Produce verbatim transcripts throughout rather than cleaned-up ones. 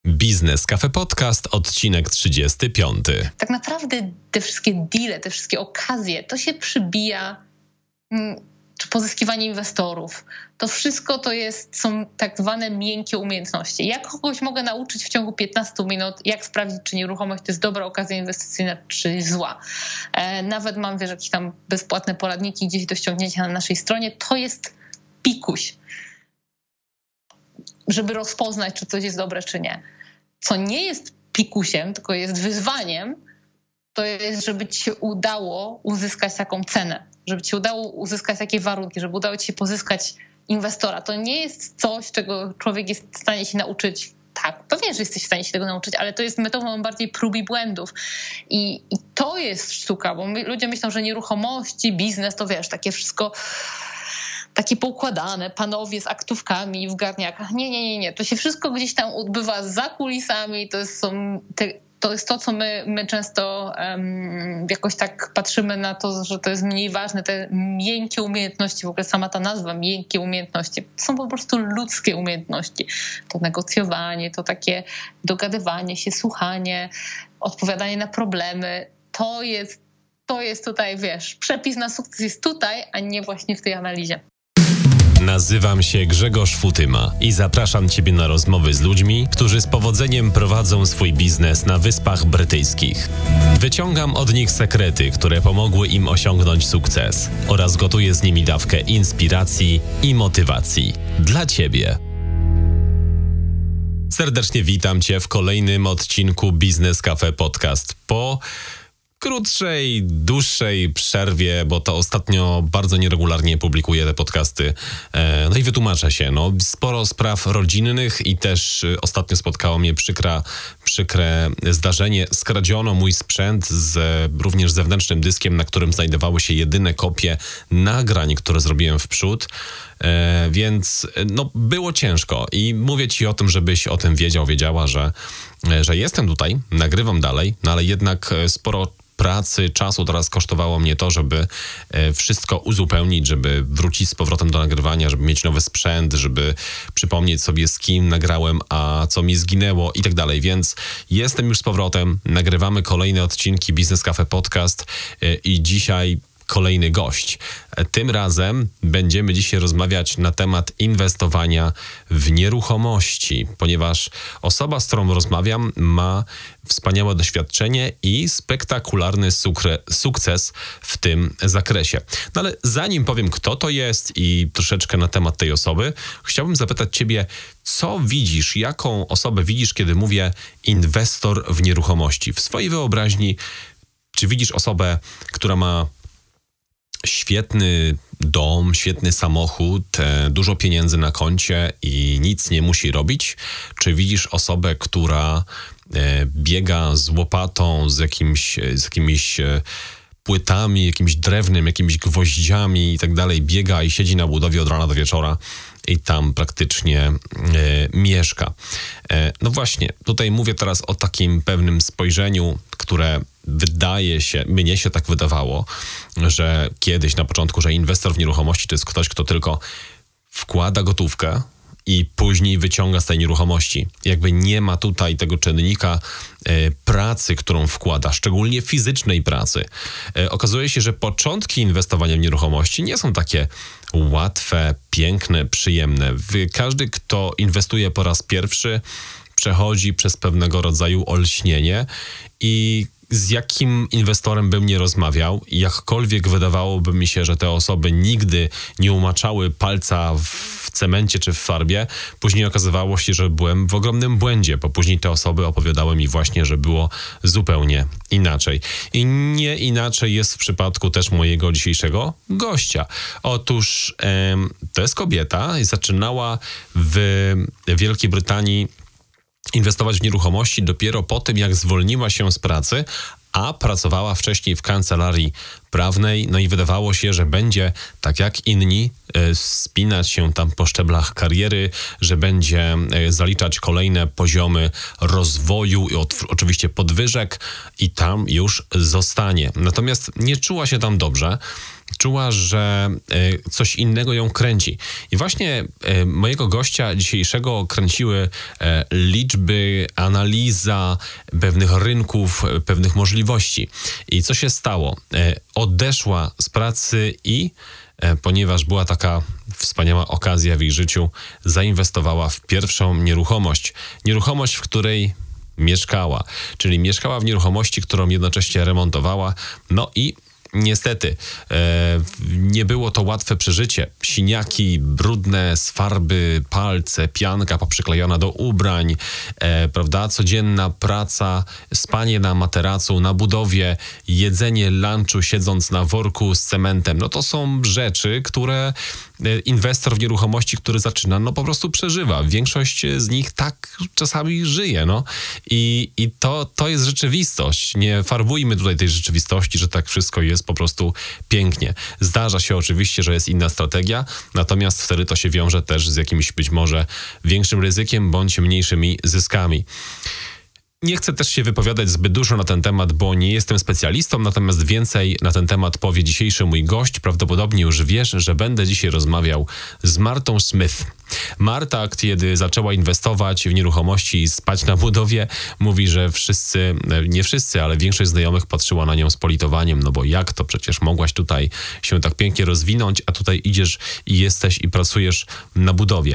Biznes Cafe Podcast, odcinek trzydziesty piąty. Tak naprawdę te wszystkie deale, te wszystkie okazje, to się przybija, czy pozyskiwanie inwestorów. To wszystko to jest, są tak zwane miękkie umiejętności. Jak kogoś mogę nauczyć w ciągu piętnastu minut, jak sprawdzić, czy nieruchomość to jest dobra okazja inwestycyjna, czy zła. E, nawet mam, wiesz, jakieś tam bezpłatne poradniki gdzieś do ściągnięcia na naszej stronie. To jest pikuś, żeby rozpoznać, czy coś jest dobre, czy nie. Co nie jest pikusiem, tylko jest wyzwaniem, to jest, żeby ci się udało uzyskać taką cenę, żeby ci się udało uzyskać takie warunki, żeby udało ci się pozyskać inwestora. To nie jest coś, czego człowiek jest w stanie się nauczyć. Tak, pewnie, że jesteś w stanie się tego nauczyć, ale to jest metodą bardziej prób i błędów. I, i to jest sztuka, bo my, ludzie myślą, że nieruchomości, biznes, to wiesz, takie wszystko takie poukładane, panowie z aktówkami w garniakach. Nie, nie, nie, nie. To się wszystko gdzieś tam odbywa za kulisami. To są te, to jest to, co my, my często um, jakoś tak patrzymy na to, że to jest mniej ważne. Te miękkie umiejętności, w ogóle sama ta nazwa, miękkie umiejętności, to są po prostu ludzkie umiejętności. To negocjowanie, to takie dogadywanie się, słuchanie, odpowiadanie na problemy. To jest, to jest tutaj, wiesz, przepis na sukces jest tutaj, a nie właśnie w tej analizie. Nazywam się Grzegorz Futyma i zapraszam Ciebie na rozmowy z ludźmi, którzy z powodzeniem prowadzą swój biznes na Wyspach Brytyjskich. Wyciągam od nich sekrety, które pomogły im osiągnąć sukces oraz gotuję z nimi dawkę inspiracji i motywacji dla Ciebie. Serdecznie witam Cię w kolejnym odcinku Biznes Cafe Podcast. Po krótszej, dłuższej przerwie, bo to ostatnio bardzo nieregularnie publikuję te podcasty. No i wytłumaczę się. No, sporo spraw rodzinnych i też ostatnio spotkało mnie przykra, przykre zdarzenie. Skradziono mój sprzęt z również zewnętrznym dyskiem, na którym znajdowały się jedyne kopie nagrań, które zrobiłem w przód. E, więc no, było ciężko i mówię Ci o tym, żebyś o tym wiedział, wiedziała, że, że jestem tutaj, nagrywam dalej, no ale jednak sporo pracy, czasu teraz kosztowało mnie to, żeby wszystko uzupełnić, żeby wrócić z powrotem do nagrywania, żeby mieć nowy sprzęt, żeby przypomnieć sobie, z kim nagrałem, a co mi zginęło i tak dalej. Więc jestem już z powrotem, nagrywamy kolejne odcinki Biznes Cafe Podcast i dzisiaj kolejny gość. Tym razem będziemy dzisiaj rozmawiać na temat inwestowania w nieruchomości, ponieważ osoba, z którą rozmawiam, ma wspaniałe doświadczenie i spektakularny sukre, sukces w tym zakresie. No ale zanim powiem, kto to jest i troszeczkę na temat tej osoby, chciałbym zapytać Ciebie, co widzisz, jaką osobę widzisz, kiedy mówię inwestor w nieruchomości? W swojej wyobraźni, czy widzisz osobę, która ma świetny dom, świetny samochód, e, dużo pieniędzy na koncie i nic nie musi robić? Czy widzisz osobę, która e, biega z łopatą, z jakimś, z jakimiś e, płytami, jakimś drewnem, jakimiś gwoździami i tak dalej, biega i siedzi na budowie od rana do wieczora i tam praktycznie e, mieszka? E, no właśnie, tutaj mówię teraz o takim pewnym spojrzeniu, które wydaje się, mnie się tak wydawało, że kiedyś na początku, że inwestor w nieruchomości to jest ktoś, kto tylko wkłada gotówkę i później wyciąga z tej nieruchomości. Jakby nie ma tutaj tego czynnika e, pracy, którą wkłada, szczególnie fizycznej pracy. E, okazuje się, że początki inwestowania w nieruchomości nie są takie łatwe, piękne, przyjemne. Każdy, kto inwestuje po raz pierwszy, przechodzi przez pewnego rodzaju olśnienie i z jakim inwestorem bym nie rozmawiał, jakkolwiek wydawałoby mi się, że te osoby nigdy nie umaczały palca w cemencie czy w farbie, później okazywało się, że byłem w ogromnym błędzie, bo później te osoby opowiadały mi właśnie, że było zupełnie inaczej. I nie inaczej jest w przypadku też mojego dzisiejszego gościa. Otóż em, to jest kobieta i zaczynała w Wielkiej Brytanii inwestować w nieruchomości dopiero po tym, jak zwolniła się z pracy, a pracowała wcześniej w kancelarii prawnej, no i wydawało się, że będzie tak jak inni e, spinać się tam po szczeblach kariery, że będzie e, zaliczać kolejne poziomy rozwoju i od, oczywiście podwyżek i tam już zostanie. Natomiast nie czuła się tam dobrze. czuła, że coś innego ją kręci. I właśnie mojego gościa dzisiejszego kręciły liczby, analiza pewnych rynków, pewnych możliwości. I co się stało? Odeszła z pracy i ponieważ była taka wspaniała okazja w jej życiu, zainwestowała w pierwszą nieruchomość. Nieruchomość, w której mieszkała. Czyli mieszkała w nieruchomości, którą jednocześnie remontowała. No i niestety e, nie było to łatwe przeżycie. Siniaki, brudne z farby, palce, pianka poprzyklejona do ubrań, e, prawda? Codzienna praca, spanie na materacu, na budowie, jedzenie lunchu siedząc na worku z cementem. No to są rzeczy, które inwestor w nieruchomości, który zaczyna, no po prostu przeżywa. Większość z nich tak czasami żyje, no. I, i to, to jest rzeczywistość. Nie farbujmy tutaj tej rzeczywistości, że tak wszystko jest po prostu pięknie. Zdarza się oczywiście, że jest inna strategia, natomiast wtedy to się wiąże też z jakimś być może większym ryzykiem bądź mniejszymi zyskami. Nie chcę też się wypowiadać zbyt dużo na ten temat, bo nie jestem specjalistą, natomiast więcej na ten temat powie dzisiejszy mój gość. Prawdopodobnie już wiesz, że będę dzisiaj rozmawiał z Martą Smith. Marta, kiedy zaczęła inwestować w nieruchomości i spać na budowie, mówi, że wszyscy, nie wszyscy, ale większość znajomych patrzyła na nią z politowaniem, no bo jak to przecież mogłaś tutaj się tak pięknie rozwinąć, a tutaj idziesz i jesteś i pracujesz na budowie.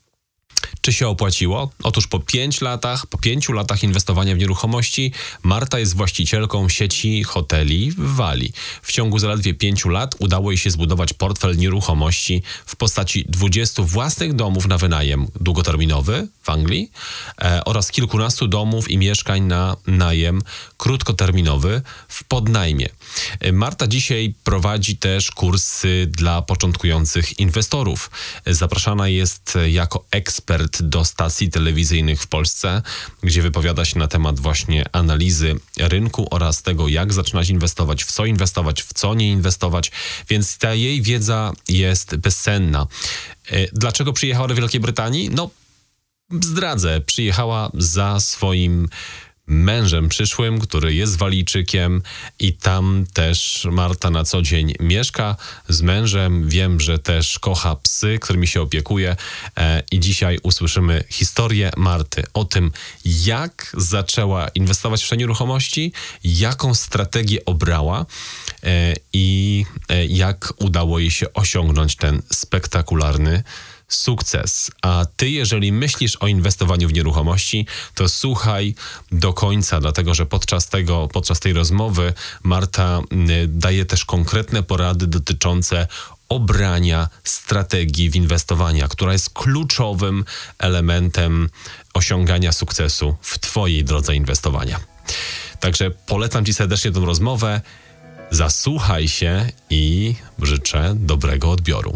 Czy się opłaciło? Otóż po pięciu latach, po pięciu latach inwestowania w nieruchomości Marta jest właścicielką sieci hoteli w Walii. W ciągu zaledwie pięciu lat udało jej się zbudować portfel nieruchomości w postaci dwudziestu własnych domów na wynajem długoterminowy w Anglii e, oraz kilkunastu domów i mieszkań na najem krótkoterminowy w podnajmie. Marta dzisiaj prowadzi też kursy dla początkujących inwestorów. Zapraszana jest jako ekspert do stacji telewizyjnych w Polsce, gdzie wypowiada się na temat właśnie analizy rynku oraz tego, jak zaczynać inwestować, w co inwestować, w co nie inwestować, więc ta jej wiedza jest bezcenna. Dlaczego przyjechała do Wielkiej Brytanii? No, zdradzę. Przyjechała za swoim mężem przyszłym, który jest Walijczykiem i tam też Marta na co dzień mieszka z mężem. Wiem, że też kocha psy, którymi się opiekuje e, i dzisiaj usłyszymy historię Marty o tym, jak zaczęła inwestować w te nieruchomości, jaką strategię obrała e, i e, jak udało jej się osiągnąć ten spektakularny sukces. A ty, jeżeli myślisz o inwestowaniu w nieruchomości, to słuchaj do końca, dlatego że podczas tego, podczas tej rozmowy Marta daje też konkretne porady dotyczące obrania strategii w inwestowania, która jest kluczowym elementem osiągania sukcesu w twojej drodze inwestowania. Także polecam ci serdecznie tę rozmowę, zasłuchaj się i życzę dobrego odbioru.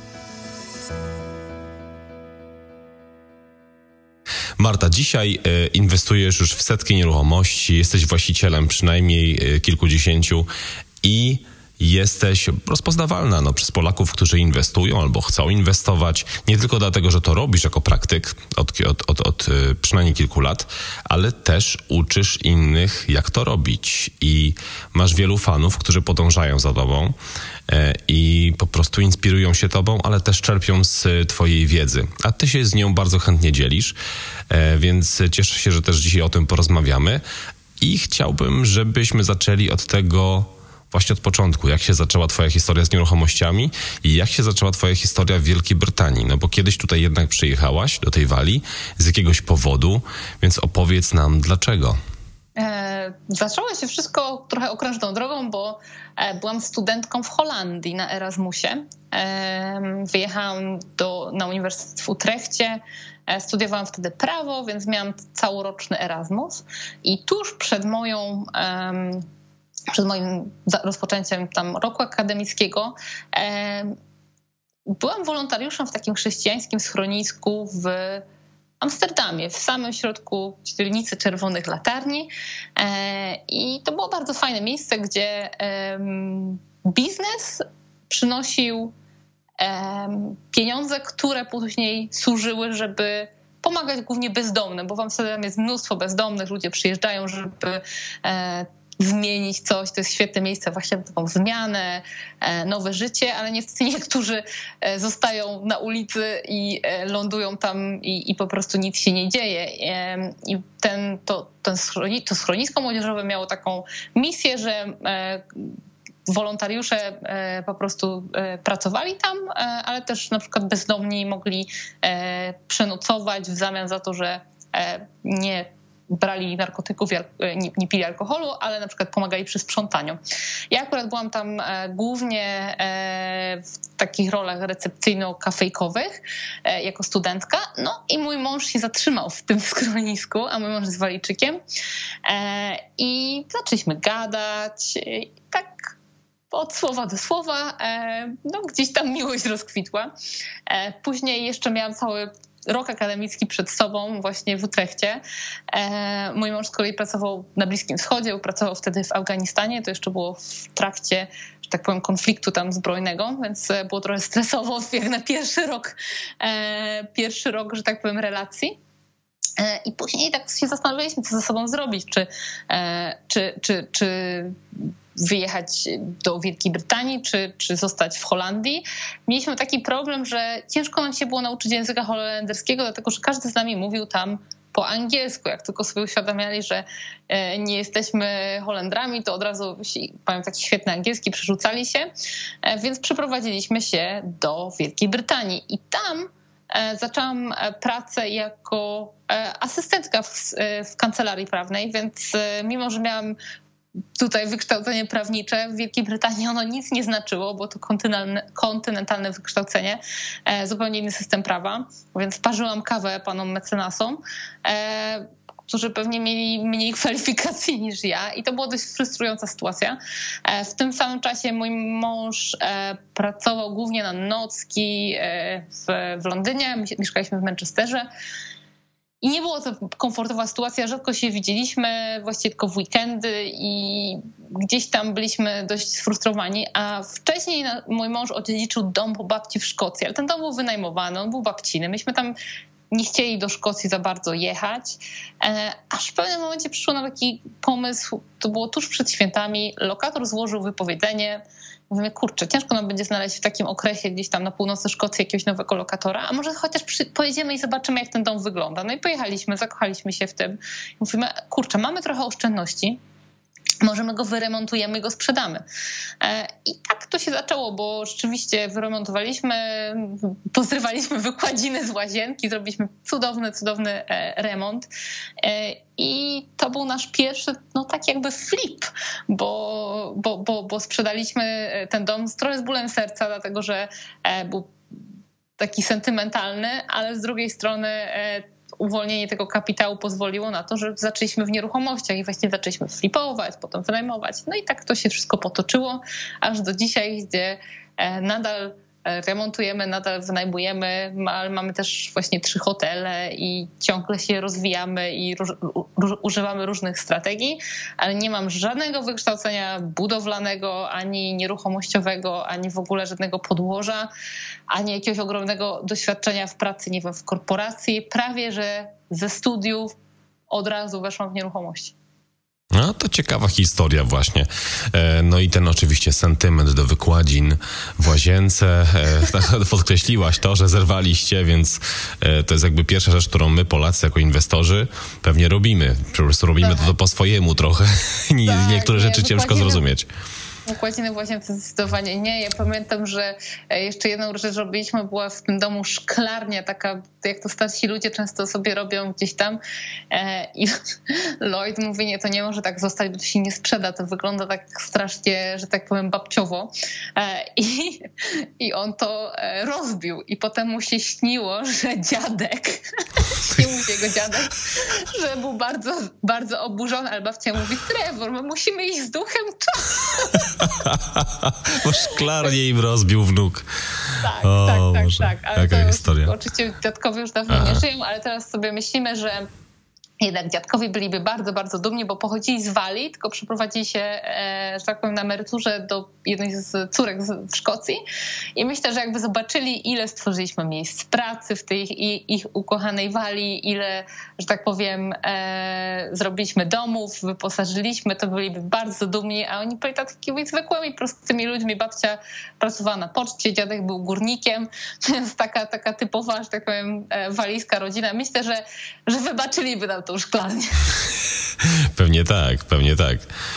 Marta, dzisiaj e, inwestujesz już w setki nieruchomości, jesteś właścicielem przynajmniej e, kilkudziesięciu i jesteś rozpoznawalna no, przez Polaków, którzy inwestują albo chcą inwestować, nie tylko dlatego, że to robisz jako praktyk od, od, od, od e, przynajmniej kilku lat, ale też uczysz innych, jak to robić i masz wielu fanów, którzy podążają za tobą e, i po prostu inspirują się tobą, ale też czerpią z twojej wiedzy, a ty się z nią bardzo chętnie dzielisz, e, więc cieszę się, że też dzisiaj o tym porozmawiamy i chciałbym, żebyśmy zaczęli od tego właśnie od początku, jak się zaczęła twoja historia z nieruchomościami i jak się zaczęła twoja historia w Wielkiej Brytanii, no bo kiedyś tutaj jednak przyjechałaś do tej Walii z jakiegoś powodu, więc opowiedz nam dlaczego. E, zaczęło się wszystko trochę okrężną drogą, bo e, byłam studentką w Holandii na Erasmusie. E, wyjechałam do, na Uniwersytet w Utrechcie, e, studiowałam wtedy prawo, więc miałam całoroczny Erasmus i tuż przed moją... E, przed moim rozpoczęciem tam roku akademickiego e, byłam wolontariuszem w takim chrześcijańskim schronisku w Amsterdamie, w samym środku dzielnicy Czerwonych Latarni e, i to było bardzo fajne miejsce, gdzie e, biznes przynosił e, pieniądze, które później służyły, żeby pomagać głównie bezdomnym, bo w Amsterdamie jest mnóstwo bezdomnych, ludzie przyjeżdżają, żeby e, zmienić coś. To jest świetne miejsce właśnie na taką zmianę, nowe życie, ale niestety niektórzy zostają na ulicy i lądują tam i, i po prostu nic się nie dzieje. I ten, to, ten schroni, to schronisko młodzieżowe miało taką misję, że wolontariusze po prostu pracowali tam, ale też na przykład bezdomni mogli przenocować w zamian za to, że nie brali narkotyków, nie, nie pili alkoholu, ale na przykład pomagali przy sprzątaniu. Ja akurat byłam tam głównie w takich rolach recepcyjno-kafejkowych jako studentka, no i mój mąż się zatrzymał w tym schronisku, a mój mąż jest Walijczykiem i zaczęliśmy gadać i tak od słowa do słowa, no gdzieś tam miłość rozkwitła. Później jeszcze miałam cały rok akademicki przed sobą właśnie w Utrechcie. Mój mąż z kolei pracował na Bliskim Wschodzie, pracował wtedy w Afganistanie, to jeszcze było w trakcie, że tak powiem, konfliktu tam zbrojnego, więc było trochę stresowo jak na pierwszy rok, pierwszy rok, że tak powiem, relacji. I później tak się zastanawialiśmy, co ze sobą zrobić, czy, czy, czy, czy wyjechać do Wielkiej Brytanii, czy, czy zostać w Holandii. Mieliśmy taki problem, że ciężko nam się było nauczyć języka holenderskiego, dlatego że każdy z nami mówił tam po angielsku. Jak tylko sobie uświadamiali, że nie jesteśmy Holendrami, to od razu, mają taki świetny angielski, przerzucali się, więc przeprowadziliśmy się do Wielkiej Brytanii i tam zaczęłam pracę jako asystentka w, w kancelarii prawnej, więc mimo, że miałam tutaj wykształcenie prawnicze, w Wielkiej Brytanii ono nic nie znaczyło, bo to kontynentalne, kontynentalne wykształcenie, zupełnie inny system prawa, więc parzyłam kawę panom mecenasom, którzy pewnie mieli mniej kwalifikacji niż ja i to była dość frustrująca sytuacja. W tym samym czasie mój mąż pracował głównie na nocki w, w Londynie, my mieszkaliśmy w Manchesterze i nie było to komfortowa sytuacja, rzadko się widzieliśmy, właściwie tylko w weekendy i gdzieś tam byliśmy dość sfrustrowani, a wcześniej mój mąż odziedziczył dom po babci w Szkocji, ale ten dom był wynajmowany, on był babciny, myśmy tam nie chcieli do Szkocji za bardzo jechać, aż w pewnym momencie przyszło nam taki pomysł, to było tuż przed świętami, lokator złożył wypowiedzenie, mówimy, kurczę, ciężko nam będzie znaleźć w takim okresie gdzieś tam na północy Szkocji jakiegoś nowego lokatora, a może chociaż przy, pojedziemy i zobaczymy, jak ten dom wygląda. No i pojechaliśmy, zakochaliśmy się w tym. Mówimy, kurczę, mamy trochę oszczędności, może my go wyremontujemy i go sprzedamy. I tak to się zaczęło, bo rzeczywiście wyremontowaliśmy, pozrywaliśmy wykładziny z łazienki, zrobiliśmy cudowny, cudowny remont. I to był nasz pierwszy, no tak jakby flip, bo, bo, bo, bo sprzedaliśmy ten dom trochę z bólem serca, dlatego że był taki sentymentalny, ale z drugiej strony uwolnienie tego kapitału pozwoliło na to, że zaczęliśmy w nieruchomościach i właśnie zaczęliśmy flipować, potem wynajmować. No i tak to się wszystko potoczyło, aż do dzisiaj, gdzie nadal remontujemy, nadal wynajmujemy, ale mamy też właśnie trzy hotele i ciągle się rozwijamy i róż, róż, używamy różnych strategii, ale nie mam żadnego wykształcenia budowlanego, ani nieruchomościowego, ani w ogóle żadnego podłoża, ani jakiegoś ogromnego doświadczenia w pracy, nie wiem, w korporacji. Prawie że ze studiów od razu weszłam w nieruchomości. No to ciekawa historia właśnie. No i ten oczywiście sentyment do wykładzin w łazience. Podkreśliłaś to, że zerwaliście, więc to jest jakby pierwsza rzecz, którą my Polacy jako inwestorzy pewnie robimy. Po prostu robimy to, to po swojemu trochę. Tak, niektóre nie, rzeczy ciężko zrozumieć. Układziny w łazience zdecydowanie nie. Ja pamiętam, że jeszcze jedną rzecz robiliśmy, była w tym domu szklarnia, taka jak to starsi ludzie często sobie robią gdzieś tam i Lloyd mówi, nie, to nie może tak zostać, bo to się nie sprzeda, to wygląda tak strasznie, że tak powiem, babciowo i, i on to rozbił i potem mu się śniło, że dziadek, śnił mu się jego dziadek, że był bardzo, bardzo oburzony, ale babcia mówi, Trevor, my musimy iść z duchem czasu. Bo szklarnię im rozbił wnuk. Tak, o, tak, tak, Boże, tak. Ale jaka to historia. Oczywiście dziadkowie już dawno Aha. nie żyją, ale teraz sobie myślimy, że jednak dziadkowie byliby bardzo, bardzo dumni, bo pochodzili z Walii, tylko przeprowadzili się, e, że tak powiem, na emeryturze do jednej z córek w Szkocji. I myślę, że jakby zobaczyli, ile stworzyliśmy miejsc pracy w tej ich, ich ukochanej Walii, ile, że tak powiem, e, zrobiliśmy domów, wyposażyliśmy, to byliby bardzo dumni, a oni byli takimi zwykłymi, prostymi ludźmi. Babcia pracowała na poczcie, dziadek był górnikiem, więc taka, taka typowa, że tak powiem, walijska rodzina. Myślę, że, że wybaczyliby nam to szklanie. Pewnie tak, pewnie tak.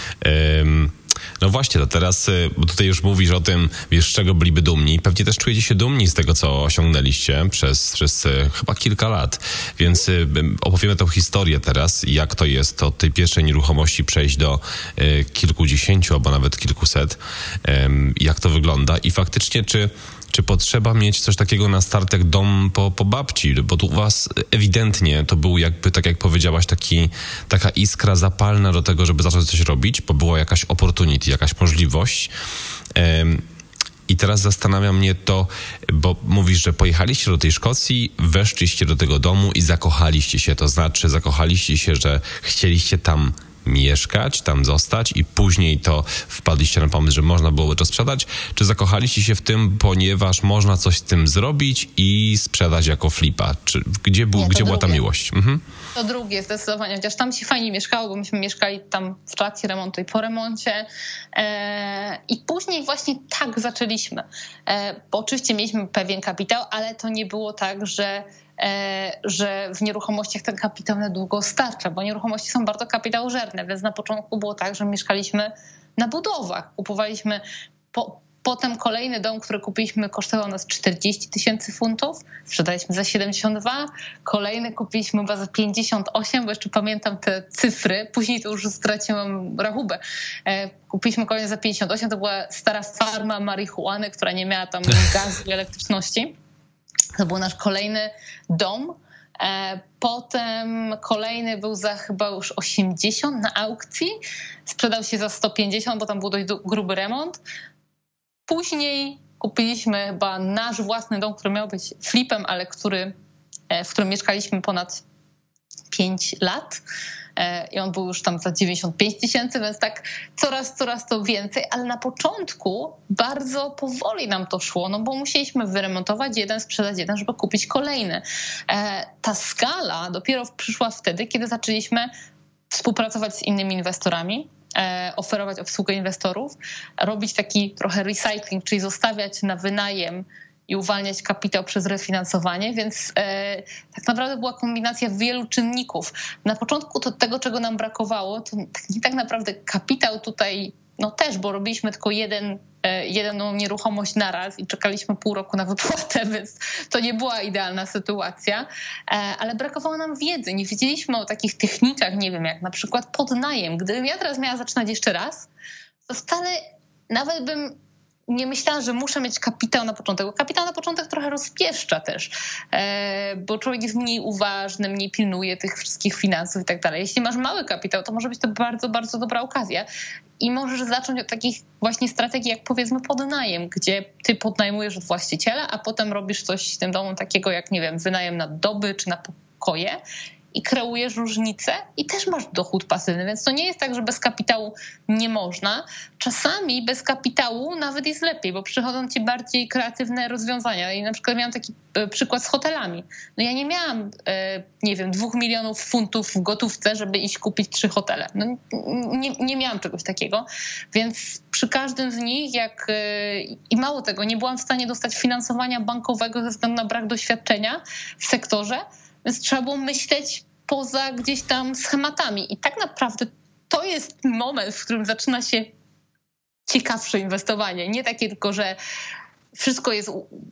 Um, no właśnie, to teraz, bo tutaj już mówisz o tym, wiesz, z czego byliby dumni. Pewnie też czujecie się dumni z tego, co osiągnęliście przez, przez chyba kilka lat. Więc opowiemy tę historię teraz, jak to jest od tej pierwszej nieruchomości przejść do y, kilkudziesięciu albo nawet kilkuset. Um, jak to wygląda i faktycznie, czy Czy potrzeba mieć coś takiego na start jak dom po, po babci? Bo tu u was ewidentnie to był jakby, tak jak powiedziałaś, taki, taka iskra zapalna do tego, żeby zacząć coś robić, bo była jakaś opportunity, jakaś możliwość. Um, I teraz zastanawia mnie to, bo mówisz, że pojechaliście do tej Szkocji, weszliście do tego domu i zakochaliście się. To znaczy zakochaliście się, że chcieliście tam mieszkać, tam zostać i później to wpadliście na pomysł, że można byłoby to sprzedać? Czy zakochaliście się w tym, ponieważ można coś z tym zrobić i sprzedać jako flipa? Czy gdzie, był, Nie, gdzie była drugie. ta miłość? Mhm. To drugie, zdecydowanie, chociaż tam się fajnie mieszkało, bo myśmy mieszkali tam w trakcie remontu i po remoncie. E, I później właśnie tak zaczęliśmy. E, bo oczywiście mieliśmy pewien kapitał, ale to nie było tak, że że w nieruchomościach ten kapitał na długo starcza, bo nieruchomości są bardzo kapitałożerne, więc na początku było tak, że mieszkaliśmy na budowach, kupowaliśmy, po, potem kolejny dom, który kupiliśmy, kosztował nas czterdzieści tysięcy funtów, sprzedaliśmy za siedemdziesiąt dwa, kolejny kupiliśmy chyba za pięćdziesiąt osiem, bo jeszcze pamiętam te cyfry, później to już straciłam rachubę. Kupiliśmy kolejny za pięćdziesiąt osiem, to była stara farma marihuany, która nie miała tam gazu i elektryczności. To był nasz kolejny dom. Potem kolejny był za chyba już osiemdziesiąt na aukcji. Sprzedał się za sto pięćdziesiąt, bo tam był dość gruby remont. Później kupiliśmy chyba nasz własny dom, który miał być flipem, ale który, w którym mieszkaliśmy ponad pięć lat. I on był już tam za dziewięćdziesiąt pięć tysięcy, więc tak coraz, coraz to więcej, ale na początku bardzo powoli nam to szło, no bo musieliśmy wyremontować jeden, sprzedać jeden, żeby kupić kolejny. Ta skala dopiero przyszła wtedy, kiedy zaczęliśmy współpracować z innymi inwestorami, oferować obsługę inwestorów, robić taki trochę recycling, czyli zostawiać na wynajem i uwalniać kapitał przez refinansowanie, więc e, tak naprawdę była kombinacja wielu czynników. Na początku to tego, czego nam brakowało, to nie tak naprawdę kapitał tutaj, no też, bo robiliśmy tylko jeden, e, jedną nieruchomość naraz i czekaliśmy pół roku na wypłatę, więc to nie była idealna sytuacja, e, ale brakowało nam wiedzy. Nie wiedzieliśmy o takich technikach, nie wiem, jak na przykład podnajem. Gdybym ja teraz miała zaczynać jeszcze raz, to wcale nawet bym nie myślałam, że muszę mieć kapitał na początek. Bo kapitał na początek trochę rozpieszcza też, bo człowiek jest mniej uważny, mniej pilnuje tych wszystkich finansów i tak dalej. Jeśli masz mały kapitał, to może być to bardzo, bardzo dobra okazja. I możesz zacząć od takich właśnie strategii, jak powiedzmy podnajem, gdzie ty podnajmujesz od właściciela, a potem robisz coś z tym domem takiego jak, nie wiem, wynajem na doby czy na pokoje i kreujesz różnicę i też masz dochód pasywny, więc to nie jest tak, że bez kapitału nie można. Czasami bez kapitału nawet jest lepiej, bo przychodzą ci bardziej kreatywne rozwiązania. I na przykład miałam taki przykład z hotelami. No ja nie miałam, nie wiem, dwóch milionów funtów w gotówce, żeby iść kupić trzy hotele. No nie, nie miałam czegoś takiego, więc przy każdym z nich, jak i mało tego, nie byłam w stanie dostać finansowania bankowego ze względu na brak doświadczenia w sektorze, więc trzeba było myśleć poza gdzieś tam schematami. I tak naprawdę to jest moment, w którym zaczyna się ciekawsze inwestowanie. Nie takie tylko, że wszystko jest,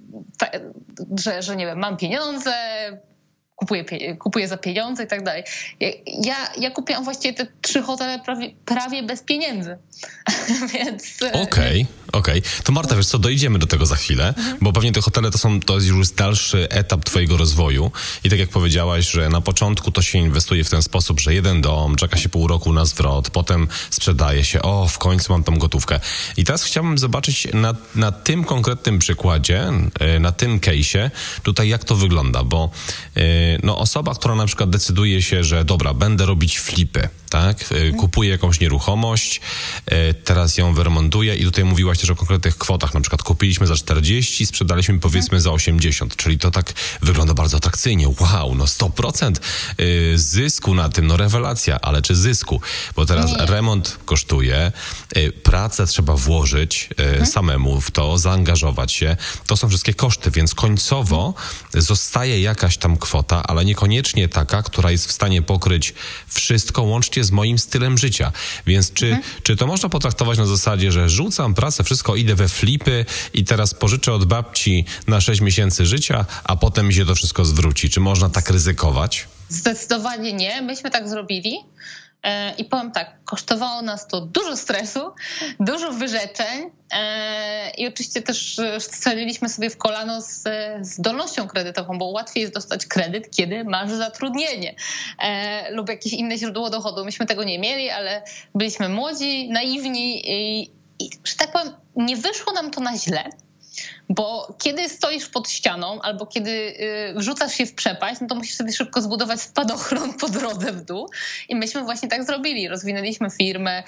że, że nie wiem, mam pieniądze, kupuję, kupuję za pieniądze i tak dalej. Ja, ja kupiłam właściwie te trzy hotele prawie, prawie bez pieniędzy. Więc... Okej, okay, okej. Okay. To Marta, wiesz co, dojdziemy do tego za chwilę, mhm. bo pewnie te hotele to są, to jest już dalszy etap twojego rozwoju i tak jak powiedziałaś, że na początku to się inwestuje w ten sposób, że jeden dom, czeka się pół roku na zwrot, potem sprzedaje się, o, w końcu mam tam gotówkę. I teraz chciałbym zobaczyć na, na tym konkretnym przykładzie, na tym case'ie, tutaj jak to wygląda, bo no, osoba, która na przykład decyduje się, że dobra, będę robić flipy, tak, kupuję jakąś nieruchomość, teraz ją wyremontuję i tutaj mówiłaś też o konkretnych kwotach, na przykład kupiliśmy za czterdzieści, sprzedaliśmy powiedzmy za osiemdziesiąt, czyli to tak wygląda bardzo atrakcyjnie, wow, no sto procent zysku na tym, no rewelacja, ale czy zysku, bo teraz Nie. remont kosztuje, pracę trzeba włożyć hmm. samemu w to, zaangażować się, to są wszystkie koszty, więc końcowo hmm. zostaje jakaś tam kwota, ale niekoniecznie taka, która jest w stanie pokryć wszystko łącznie z moim stylem życia, więc czy, hmm. czy to można potraktować na zasadzie, że rzucam pracę, wszystko idę we flipy i teraz pożyczę od babci na sześć miesięcy życia, a potem mi się to wszystko zwróci. Czy można tak ryzykować? Zdecydowanie nie. Myśmy tak zrobili. I powiem tak, kosztowało nas to dużo stresu, dużo wyrzeczeń i oczywiście też strzeliliśmy sobie w kolano z zdolnością kredytową, bo łatwiej jest dostać kredyt, kiedy masz zatrudnienie lub jakieś inne źródło dochodu. Myśmy tego nie mieli, ale byliśmy młodzi, naiwni i, i że tak powiem, nie wyszło nam to na źle. Bo kiedy stoisz pod ścianą albo kiedy wrzucasz się w przepaść, no to musisz sobie szybko zbudować spadochron po drodze w dół. I myśmy właśnie tak zrobili. Rozwinęliśmy firmę,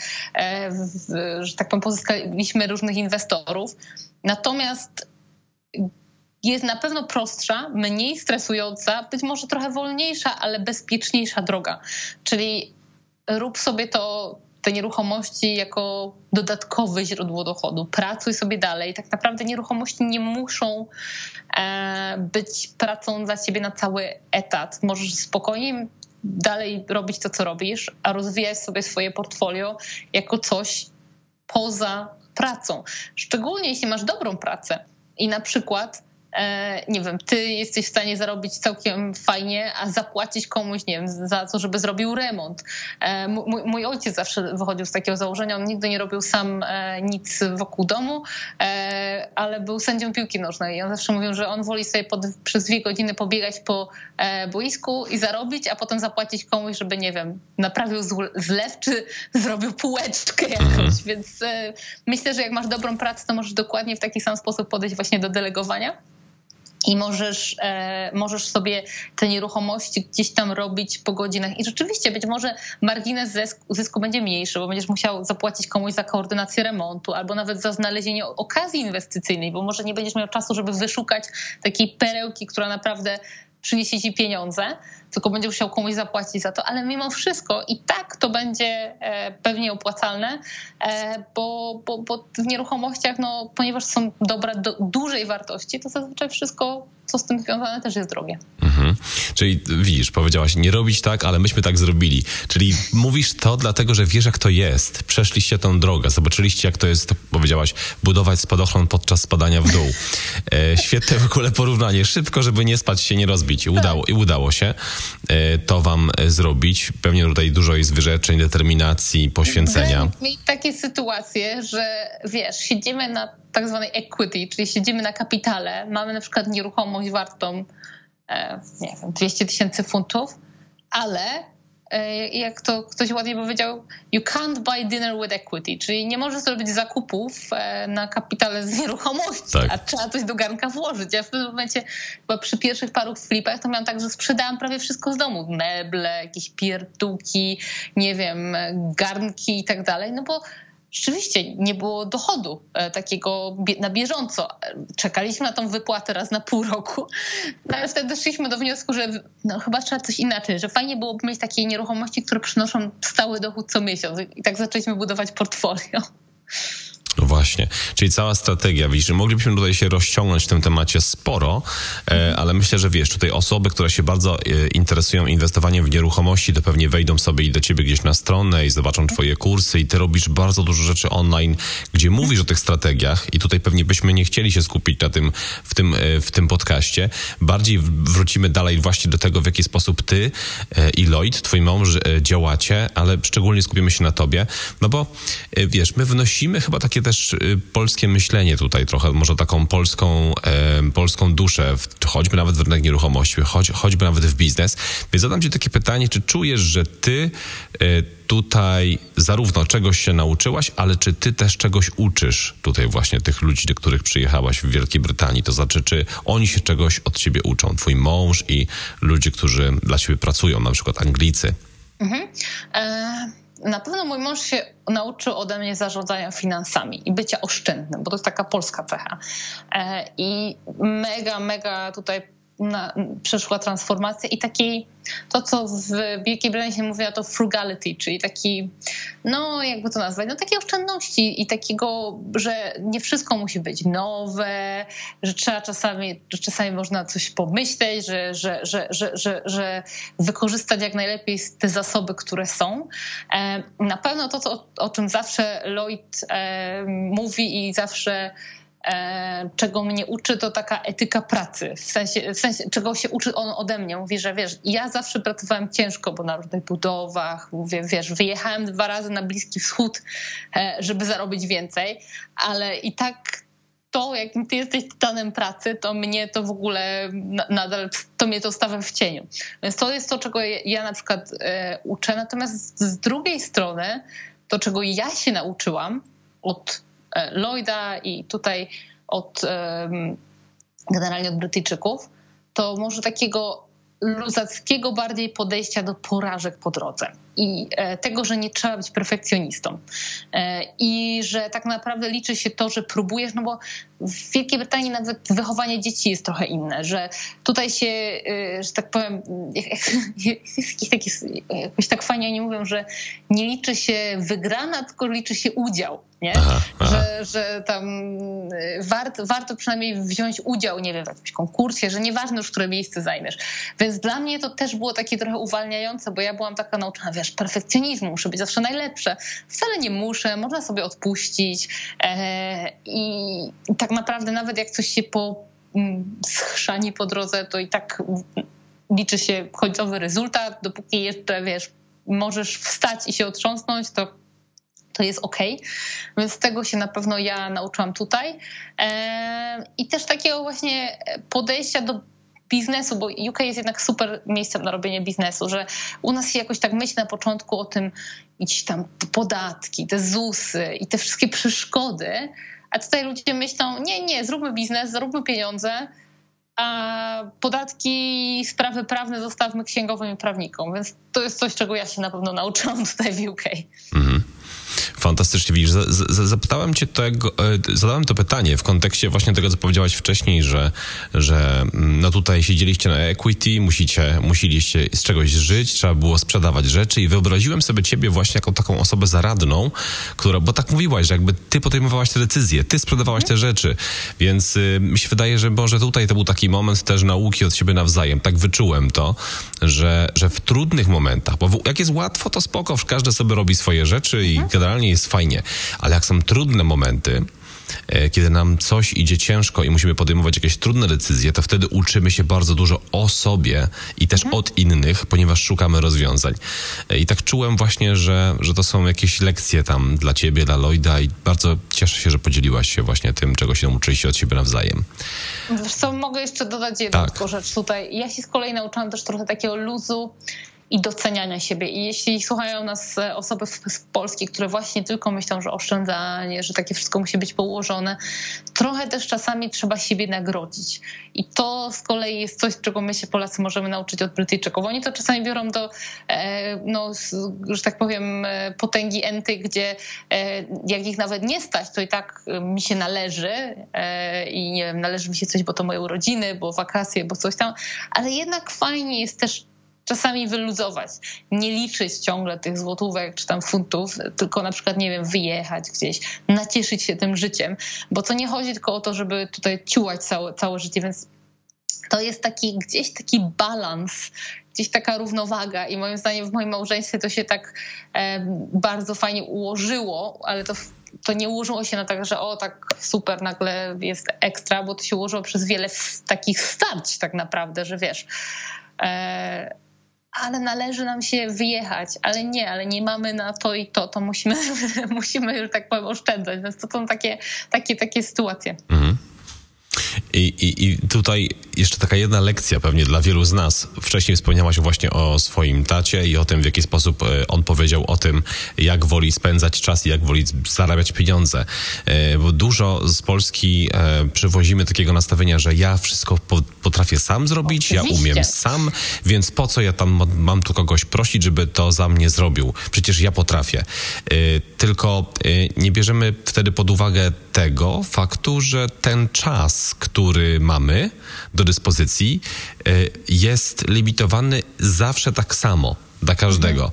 że tak powiem, pozyskaliśmy różnych inwestorów. Natomiast jest na pewno prostsza, mniej stresująca, być może trochę wolniejsza, ale bezpieczniejsza droga. Czyli rób sobie to te nieruchomości jako dodatkowe źródło dochodu. Pracuj sobie dalej. Tak naprawdę nieruchomości nie muszą e, być pracą dla ciebie na cały etat. Możesz spokojnie dalej robić to, co robisz, a rozwijać sobie swoje portfolio jako coś poza pracą. Szczególnie jeśli masz dobrą pracę i na przykład nie wiem, ty jesteś w stanie zarobić całkiem fajnie, a zapłacić komuś, nie wiem, za to, żeby zrobił remont. Mój, mój ojciec zawsze wychodził z takiego założenia, on nigdy nie robił sam nic wokół domu, ale był sędzią piłki nożnej i on zawsze mówił, że on woli sobie pod, przez dwie godziny pobiegać po boisku i zarobić, a potem zapłacić komuś, żeby, nie wiem, naprawił zlew czy zrobił półeczkę jakąś, więc myślę, że jak masz dobrą pracę, to możesz dokładnie w taki sam sposób podejść właśnie do delegowania. I możesz, e, możesz sobie te nieruchomości gdzieś tam robić po godzinach. I rzeczywiście być może margines zysku, zysku będzie mniejszy, bo będziesz musiał zapłacić komuś za koordynację remontu albo nawet za znalezienie okazji inwestycyjnej, bo może nie będziesz miał czasu, żeby wyszukać takiej perełki, która naprawdę przyniesie ci pieniądze, tylko będziesz musiał komuś zapłacić za to, ale mimo wszystko i tak to będzie pewnie opłacalne, bo, bo, bo w nieruchomościach, no, ponieważ są dobra do dużej wartości, to zazwyczaj wszystko, co z tym związane, też jest drogie. Mhm. Czyli widzisz, powiedziałaś, nie robić tak, ale myśmy tak zrobili. Czyli mówisz to dlatego, że wiesz, jak to jest. Przeszliście tą drogę, zobaczyliście, jak to jest, powiedziałaś, budować spadochron podczas spadania w dół. E, świetne w ogóle porównanie. Szybko, żeby nie spać się, nie rozbić. I udało, i udało się e, to wam zrobić. Pewnie tutaj dużo jest wyrzeczeń, determinacji, poświęcenia. Mieć takie sytuacje, że wiesz, siedzimy na tak zwanej equity, czyli siedzimy na kapitale, mamy na przykład nieruchomość wartą nie wiem, dwieście tysięcy funtów, ale jak to ktoś ładnie powiedział, you can't buy dinner with equity, czyli nie możesz zrobić zakupów na kapitale z nieruchomości, tak. A trzeba coś do garnka włożyć. Ja w tym momencie chyba przy pierwszych paru flipach to miałam tak, że sprzedałam prawie wszystko z domu. Meble, jakieś pierdółki, nie wiem, garnki i tak dalej, no bo rzeczywiście nie było dochodu takiego na bieżąco. Czekaliśmy na tą wypłatę raz na pół roku, no ale wtedy doszliśmy do wniosku, że no, chyba trzeba coś inaczej, że fajnie byłoby mieć takie nieruchomości, które przynoszą stały dochód co miesiąc i tak zaczęliśmy budować portfolio. No właśnie, czyli cała strategia, widzisz, moglibyśmy tutaj się rozciągnąć w tym temacie sporo, e, ale myślę, że wiesz, tutaj osoby, które się bardzo e, interesują inwestowaniem w nieruchomości, to pewnie wejdą sobie i do ciebie gdzieś na stronę i zobaczą twoje kursy i ty robisz bardzo dużo rzeczy online, gdzie mówisz o tych strategiach i tutaj pewnie byśmy nie chcieli się skupić na tym, w tym, e, w tym podcaście. Bardziej wrócimy dalej właśnie do tego, w jaki sposób ty e, i Lloyd, twój mąż, e, działacie, ale szczególnie skupimy się na tobie, no bo e, wiesz, my wnosimy chyba takie też polskie myślenie tutaj trochę, może taką polską, e, polską duszę, w, choćby nawet w rynek nieruchomości, choć, choćby nawet w biznes. Więc zadam ci takie pytanie, czy czujesz, że ty e, tutaj zarówno czegoś się nauczyłaś, ale czy ty też czegoś uczysz tutaj właśnie tych ludzi, do których przyjechałaś w Wielkiej Brytanii? To znaczy, czy oni się czegoś od ciebie uczą? Twój mąż i ludzie, którzy dla ciebie pracują, na przykład Anglicy. Mhm. E- Na pewno mój mąż się nauczył ode mnie zarządzania finansami i bycia oszczędnym, bo to jest taka polska cecha. I mega, mega tutaj na, przeszła transformację i takiej, to co w Wielkiej Brytanii się mówi, to frugality, czyli taki, no jakby to nazwać, no takiej oszczędności i takiego, że nie wszystko musi być nowe, że trzeba czasami, że czasami można coś pomyśleć, że, że, że, że, że, że wykorzystać jak najlepiej te zasoby, które są. Na pewno to, to o czym zawsze Lloyd mówi i zawsze czego mnie uczy, to taka etyka pracy. W sensie, w sensie, czego się uczy on ode mnie. Mówi, że wiesz, ja zawsze pracowałem ciężko, bo na różnych budowach, mówię, wiesz, wyjechałem dwa razy na Bliski Wschód, żeby zarobić więcej, ale i tak to, jakim ty jesteś tytanem pracy, to mnie to w ogóle nadal, to mnie to stawia w cieniu. Więc to jest to, czego ja na przykład uczę. Natomiast z drugiej strony, to, czego ja się nauczyłam od Lloyda i tutaj od generalnie od Brytyjczyków, to może takiego luzackiego bardziej podejścia do porażek po drodze i tego, że nie trzeba być perfekcjonistą i że tak naprawdę liczy się to, że próbujesz, no bo w Wielkiej Brytanii nawet wychowanie dzieci jest trochę inne, że tutaj się, że tak powiem, jest taki, jakoś tak fajnie oni mówią, że nie liczy się wygrana, tylko liczy się udział, nie? Aha, aha. Że, że tam warto, warto przynajmniej wziąć udział, nie wiem, w jakimś konkursie, że nieważne już, które miejsce zajmiesz. Więc dla mnie to też było takie trochę uwalniające, bo ja byłam taka nauczona, wiesz, perfekcjonizmu, muszę być zawsze najlepsze. Wcale nie muszę, można sobie odpuścić e, i tak naprawdę nawet jak coś się po schrzani po drodze, to i tak liczy się końcowy rezultat, dopóki jeszcze, wiesz, możesz wstać i się otrząsnąć, to to jest okej, więc tego się na pewno ja nauczyłam tutaj. E, I też takiego właśnie podejścia do biznesu, bo U K jest jednak super miejscem na robienie biznesu, że u nas się jakoś tak myśli na początku o tym, gdzieś tam podatki, te ZUSy i te wszystkie przeszkody, a tutaj ludzie myślą, nie, nie, zróbmy biznes, zaróbmy pieniądze, a podatki, sprawy prawne zostawmy księgowym i prawnikom, więc to jest coś, czego ja się na pewno nauczyłam tutaj w U K. Mhm. Fantastycznie, widzisz, z, z, zapytałem cię tego, zadałem to pytanie w kontekście właśnie tego, co powiedziałaś wcześniej, że, że no tutaj siedzieliście na equity, musicie, musieliście z czegoś żyć, trzeba było sprzedawać rzeczy i wyobraziłem sobie ciebie właśnie jako taką osobę zaradną, która, bo tak mówiłaś, że jakby ty podejmowałaś te decyzje, ty sprzedawałaś te rzeczy, więc y, mi się wydaje, że może tutaj to był taki moment też nauki od siebie nawzajem, tak wyczułem to, że, że w trudnych momentach, bo w, jak jest łatwo, to spoko, każdy sobie robi swoje rzeczy i generalnie jest fajnie, ale jak są trudne momenty, kiedy nam coś idzie ciężko i musimy podejmować jakieś trudne decyzje, to wtedy uczymy się bardzo dużo o sobie i też mhm. od innych, ponieważ szukamy rozwiązań. I tak czułem właśnie, że, że to są jakieś lekcje tam dla ciebie, dla Lloyda i bardzo cieszę się, że podzieliłaś się właśnie tym, czego się nauczyliście od siebie nawzajem. Wiesz co, mogę jeszcze dodać jedną tak. tylko rzecz tutaj. Ja się z kolei nauczyłam też trochę takiego luzu i doceniania siebie. I jeśli słuchają nas osoby z Polski, które właśnie tylko myślą, że oszczędzanie, że takie wszystko musi być położone, trochę też czasami trzeba siebie nagrodzić. I to z kolei jest coś, czego my się Polacy możemy nauczyć od Brytyjczyków. Oni to czasami biorą do, no, że tak powiem, potęgi enty, gdzie jak ich nawet nie stać, to i tak mi się należy i nie wiem, należy mi się coś, bo to moje urodziny, bo wakacje, bo coś tam, ale jednak fajnie jest też czasami wyluzować, nie liczyć ciągle tych złotówek czy tam funtów, tylko na przykład, nie wiem, wyjechać gdzieś, nacieszyć się tym życiem, bo to nie chodzi tylko o to, żeby tutaj ciułać całe, całe życie, więc to jest taki gdzieś taki balans, gdzieś taka równowaga i moim zdaniem w moim małżeństwie to się tak e, bardzo fajnie ułożyło, ale to to nie ułożyło się na tak, że o tak super, nagle jest ekstra, bo to się ułożyło przez wiele takich starć tak naprawdę, że wiesz, e, ale należy nam się wyjechać, ale nie, ale nie mamy na to i to, to musimy, musimy, że tak powiem, oszczędzać, więc to są takie, takie, takie sytuacje. Mhm. I, i, I tutaj jeszcze taka jedna lekcja pewnie dla wielu z nas. Wcześniej wspomniałaś właśnie o swoim tacie i o tym, w jaki sposób on powiedział o tym, jak woli spędzać czas i jak woli zarabiać pieniądze. Bo dużo z Polski przywozimy takiego nastawienia, że ja wszystko potrafię sam zrobić, Oczywiście. ja umiem sam, więc po co ja tam mam tu kogoś prosić, żeby to za mnie zrobił? Przecież ja potrafię. Tylko nie bierzemy wtedy pod uwagę tego faktu, że ten czas, który mamy do dyspozycji, jest limitowany zawsze tak samo dla każdego.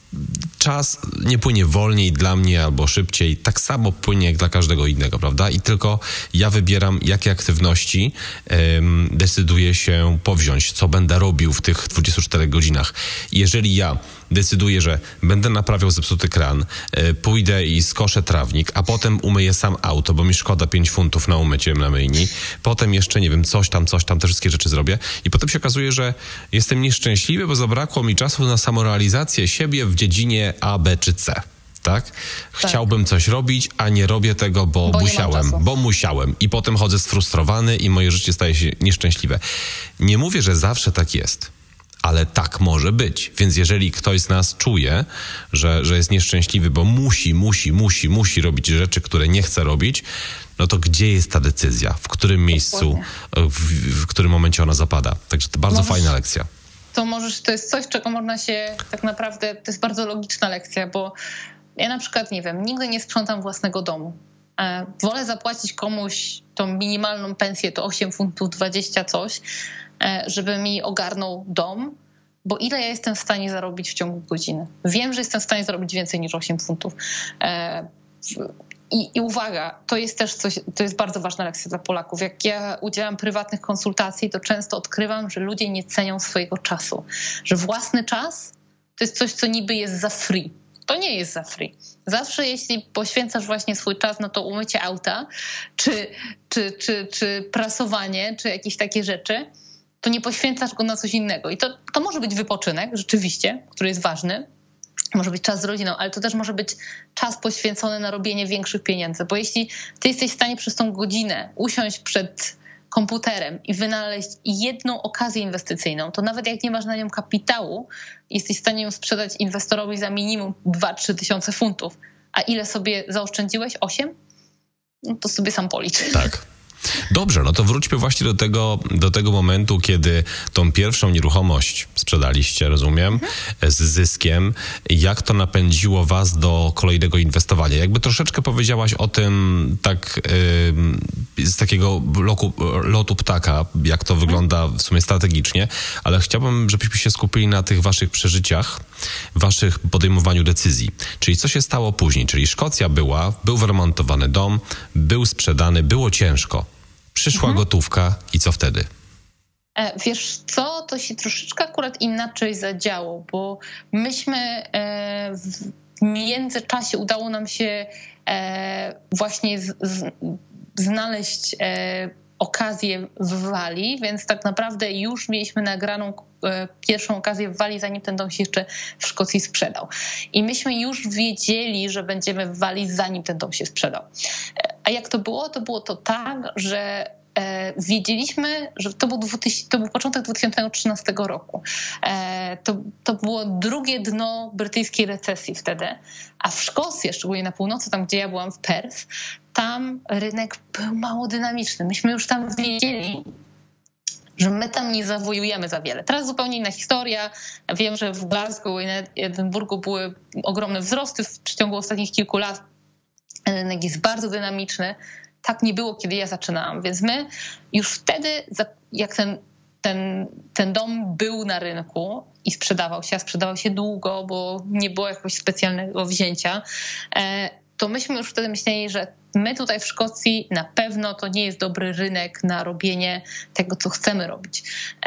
Czas nie płynie wolniej dla mnie albo szybciej, tak samo płynie jak dla każdego innego, prawda? I tylko ja wybieram, jakie aktywności um, decyduję się powziąć, co będę robił w tych dwudziestu czterech godzinach. Jeżeli ja decyduję, że będę naprawiał zepsuty kran, y, pójdę i skoszę trawnik, a potem umyję sam auto, bo mi szkoda pięć funtów na umycie na myjni, potem jeszcze, nie wiem, coś tam, coś tam, te wszystkie rzeczy zrobię i potem się okazuje, że jestem nieszczęśliwy, bo zabrakło mi czasu na samorealizację siebie w dziedzinie A, B czy C. Tak? Chciałbym tak. coś robić, a nie robię tego, bo, bo musiałem, bo musiałem. I potem chodzę sfrustrowany i moje życie staje się nieszczęśliwe. Nie mówię, że zawsze tak jest, ale tak może być. Więc jeżeli ktoś z nas czuje, że, że jest nieszczęśliwy, bo musi, musi, musi, musi robić rzeczy, które nie chce robić, no to gdzie jest ta decyzja? W którym miejscu, w, w którym momencie ona zapada? Także to bardzo Możesz... fajna lekcja. To możesz, to jest coś, czego można się tak naprawdę, to jest bardzo logiczna lekcja, bo ja na przykład, nie wiem, nigdy nie sprzątam własnego domu. Wolę zapłacić komuś tą minimalną pensję, to osiem funtów dwadzieścia coś, żeby mi ogarnął dom, bo ile ja jestem w stanie zarobić w ciągu godziny? Wiem, że jestem w stanie zarobić więcej niż osiem funtów. I, I uwaga, to jest też coś, to jest bardzo ważna lekcja dla Polaków. Jak ja udzielam prywatnych konsultacji, to często odkrywam, że ludzie nie cenią swojego czasu. Że własny czas to jest coś, co niby jest za free. To nie jest za free. Zawsze jeśli poświęcasz właśnie swój czas na to umycie auta, czy, czy, czy, czy prasowanie, czy jakieś takie rzeczy, to nie poświęcasz go na coś innego. I to, to może być wypoczynek, rzeczywiście, który jest ważny. Może być czas z rodziną, ale to też może być czas poświęcony na robienie większych pieniędzy. Bo jeśli ty jesteś w stanie przez tą godzinę usiąść przed komputerem i wynaleźć jedną okazję inwestycyjną, to nawet jak nie masz na nią kapitału, jesteś w stanie ją sprzedać inwestorowi za minimum dwa trzy tysiące funtów. A ile sobie zaoszczędziłeś? osiem? No to sobie sam policz. Tak. Dobrze, no to wróćmy właśnie do tego, do tego momentu, kiedy tą pierwszą nieruchomość sprzedaliście, rozumiem, mhm. z zyskiem. Jak to napędziło was do kolejnego inwestowania? Jakby troszeczkę powiedziałaś o tym tak yy, z takiego loku, lotu ptaka, jak to wygląda w sumie strategicznie, ale chciałbym, żebyśmy się skupili na tych waszych przeżyciach, waszych podejmowaniu decyzji. Czyli co się stało później? Czyli Szkocja była, był wyremontowany dom, był sprzedany, było ciężko. Przyszła mhm. gotówka i co wtedy? Wiesz co, to się troszeczkę akurat inaczej zadziało, bo myśmy w międzyczasie udało nam się właśnie znaleźć okazję w Walii, więc tak naprawdę już mieliśmy nagraną pierwszą okazję w Walii, zanim ten dom się jeszcze w Szkocji sprzedał. I myśmy już wiedzieli, że będziemy w Walii, zanim ten dom się sprzedał. A jak to było? To było to tak, że wiedzieliśmy, że to był, dwutysięczny, to był początek dwa tysiące trzynastego roku. To, to było drugie dno brytyjskiej recesji wtedy, a w Szkocji, szczególnie na północy, tam gdzie ja byłam w Perth, tam rynek był mało dynamiczny. Myśmy już tam wiedzieli, że my tam nie zawojujemy za wiele. Teraz zupełnie inna historia. Wiem, że w Glasgow i Edynburgu były ogromne wzrosty w ciągu ostatnich kilku lat. Rynek jest bardzo dynamiczny. Tak nie było, kiedy ja zaczynałam. Więc my już wtedy, jak ten ten, ten dom był na rynku i sprzedawał się, a sprzedawał się długo, bo nie było jakiegoś specjalnego wzięcia, to myśmy już wtedy myśleli, że my tutaj w Szkocji na pewno to nie jest dobry rynek na robienie tego, co chcemy robić.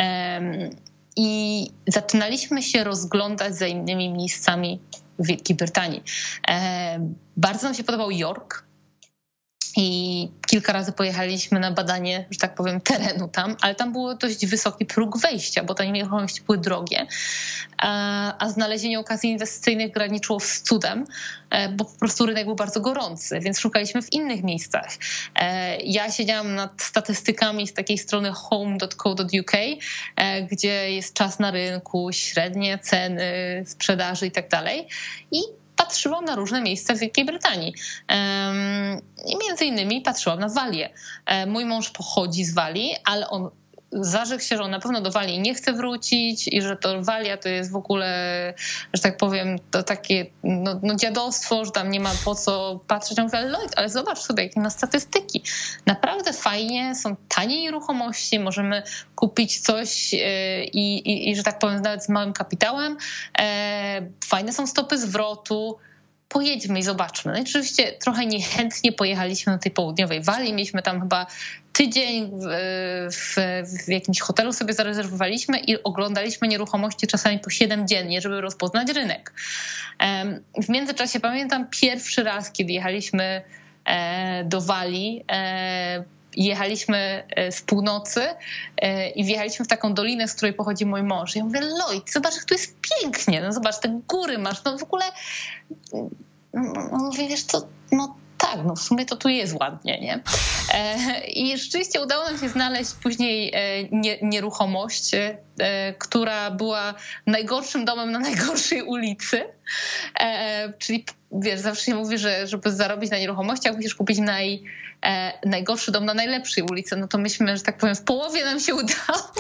I zaczynaliśmy się rozglądać za innymi miejscami w Wielkiej Brytanii. Bardzo nam się podobał York i kilka razy pojechaliśmy na badanie, że tak powiem, terenu tam, ale tam był dość wysoki próg wejścia, bo te nieruchomości były drogie, a, a znalezienie okazji inwestycyjnych graniczyło z cudem, bo po prostu rynek był bardzo gorący, więc szukaliśmy w innych miejscach. Ja siedziałam nad statystykami z takiej strony home dot co dot u k, gdzie jest czas na rynku, średnie ceny sprzedaży i tak dalej. I patrzyłam na różne miejsca w Wielkiej Brytanii. I między innymi patrzyłam na Walię. Mój mąż pochodzi z Walii, ale on zarzekł się, że on na pewno do Walii nie chce wrócić i że to Walia to jest w ogóle, że tak powiem, to takie no, no dziadostwo, że tam nie ma po co patrzeć. Ja mówię, ale, ale zobacz sobie, jakie na statystyki. Naprawdę fajnie, są tanie nieruchomości, możemy kupić coś i, i, i że tak powiem, nawet z małym kapitałem. Fajne są stopy zwrotu. Pojedźmy i zobaczmy. No i oczywiście trochę niechętnie pojechaliśmy do tej południowej Walii. Mieliśmy tam chyba tydzień w, w, w jakimś hotelu sobie zarezerwowaliśmy i oglądaliśmy nieruchomości czasami po siedem dziennie, żeby rozpoznać rynek. W międzyczasie pamiętam pierwszy raz, kiedy jechaliśmy do Walii, jechaliśmy z północy i wjechaliśmy w taką dolinę, z której pochodzi mój mąż. Ja mówię, Lloyd, zobacz, jak tu jest pięknie, no zobacz, te góry masz, no w ogóle... No mówię, wiesz co, no tak, no w sumie to tu jest ładnie, nie? I rzeczywiście udało nam się znaleźć później nieruchomość, która była najgorszym domem na najgorszej ulicy, czyli wiesz, zawsze się mówi, że żeby zarobić na nieruchomościach, musisz kupić naj, e, najgorszy dom na najlepszej ulicy. No to myśmy, że tak powiem, w połowie nam się udało.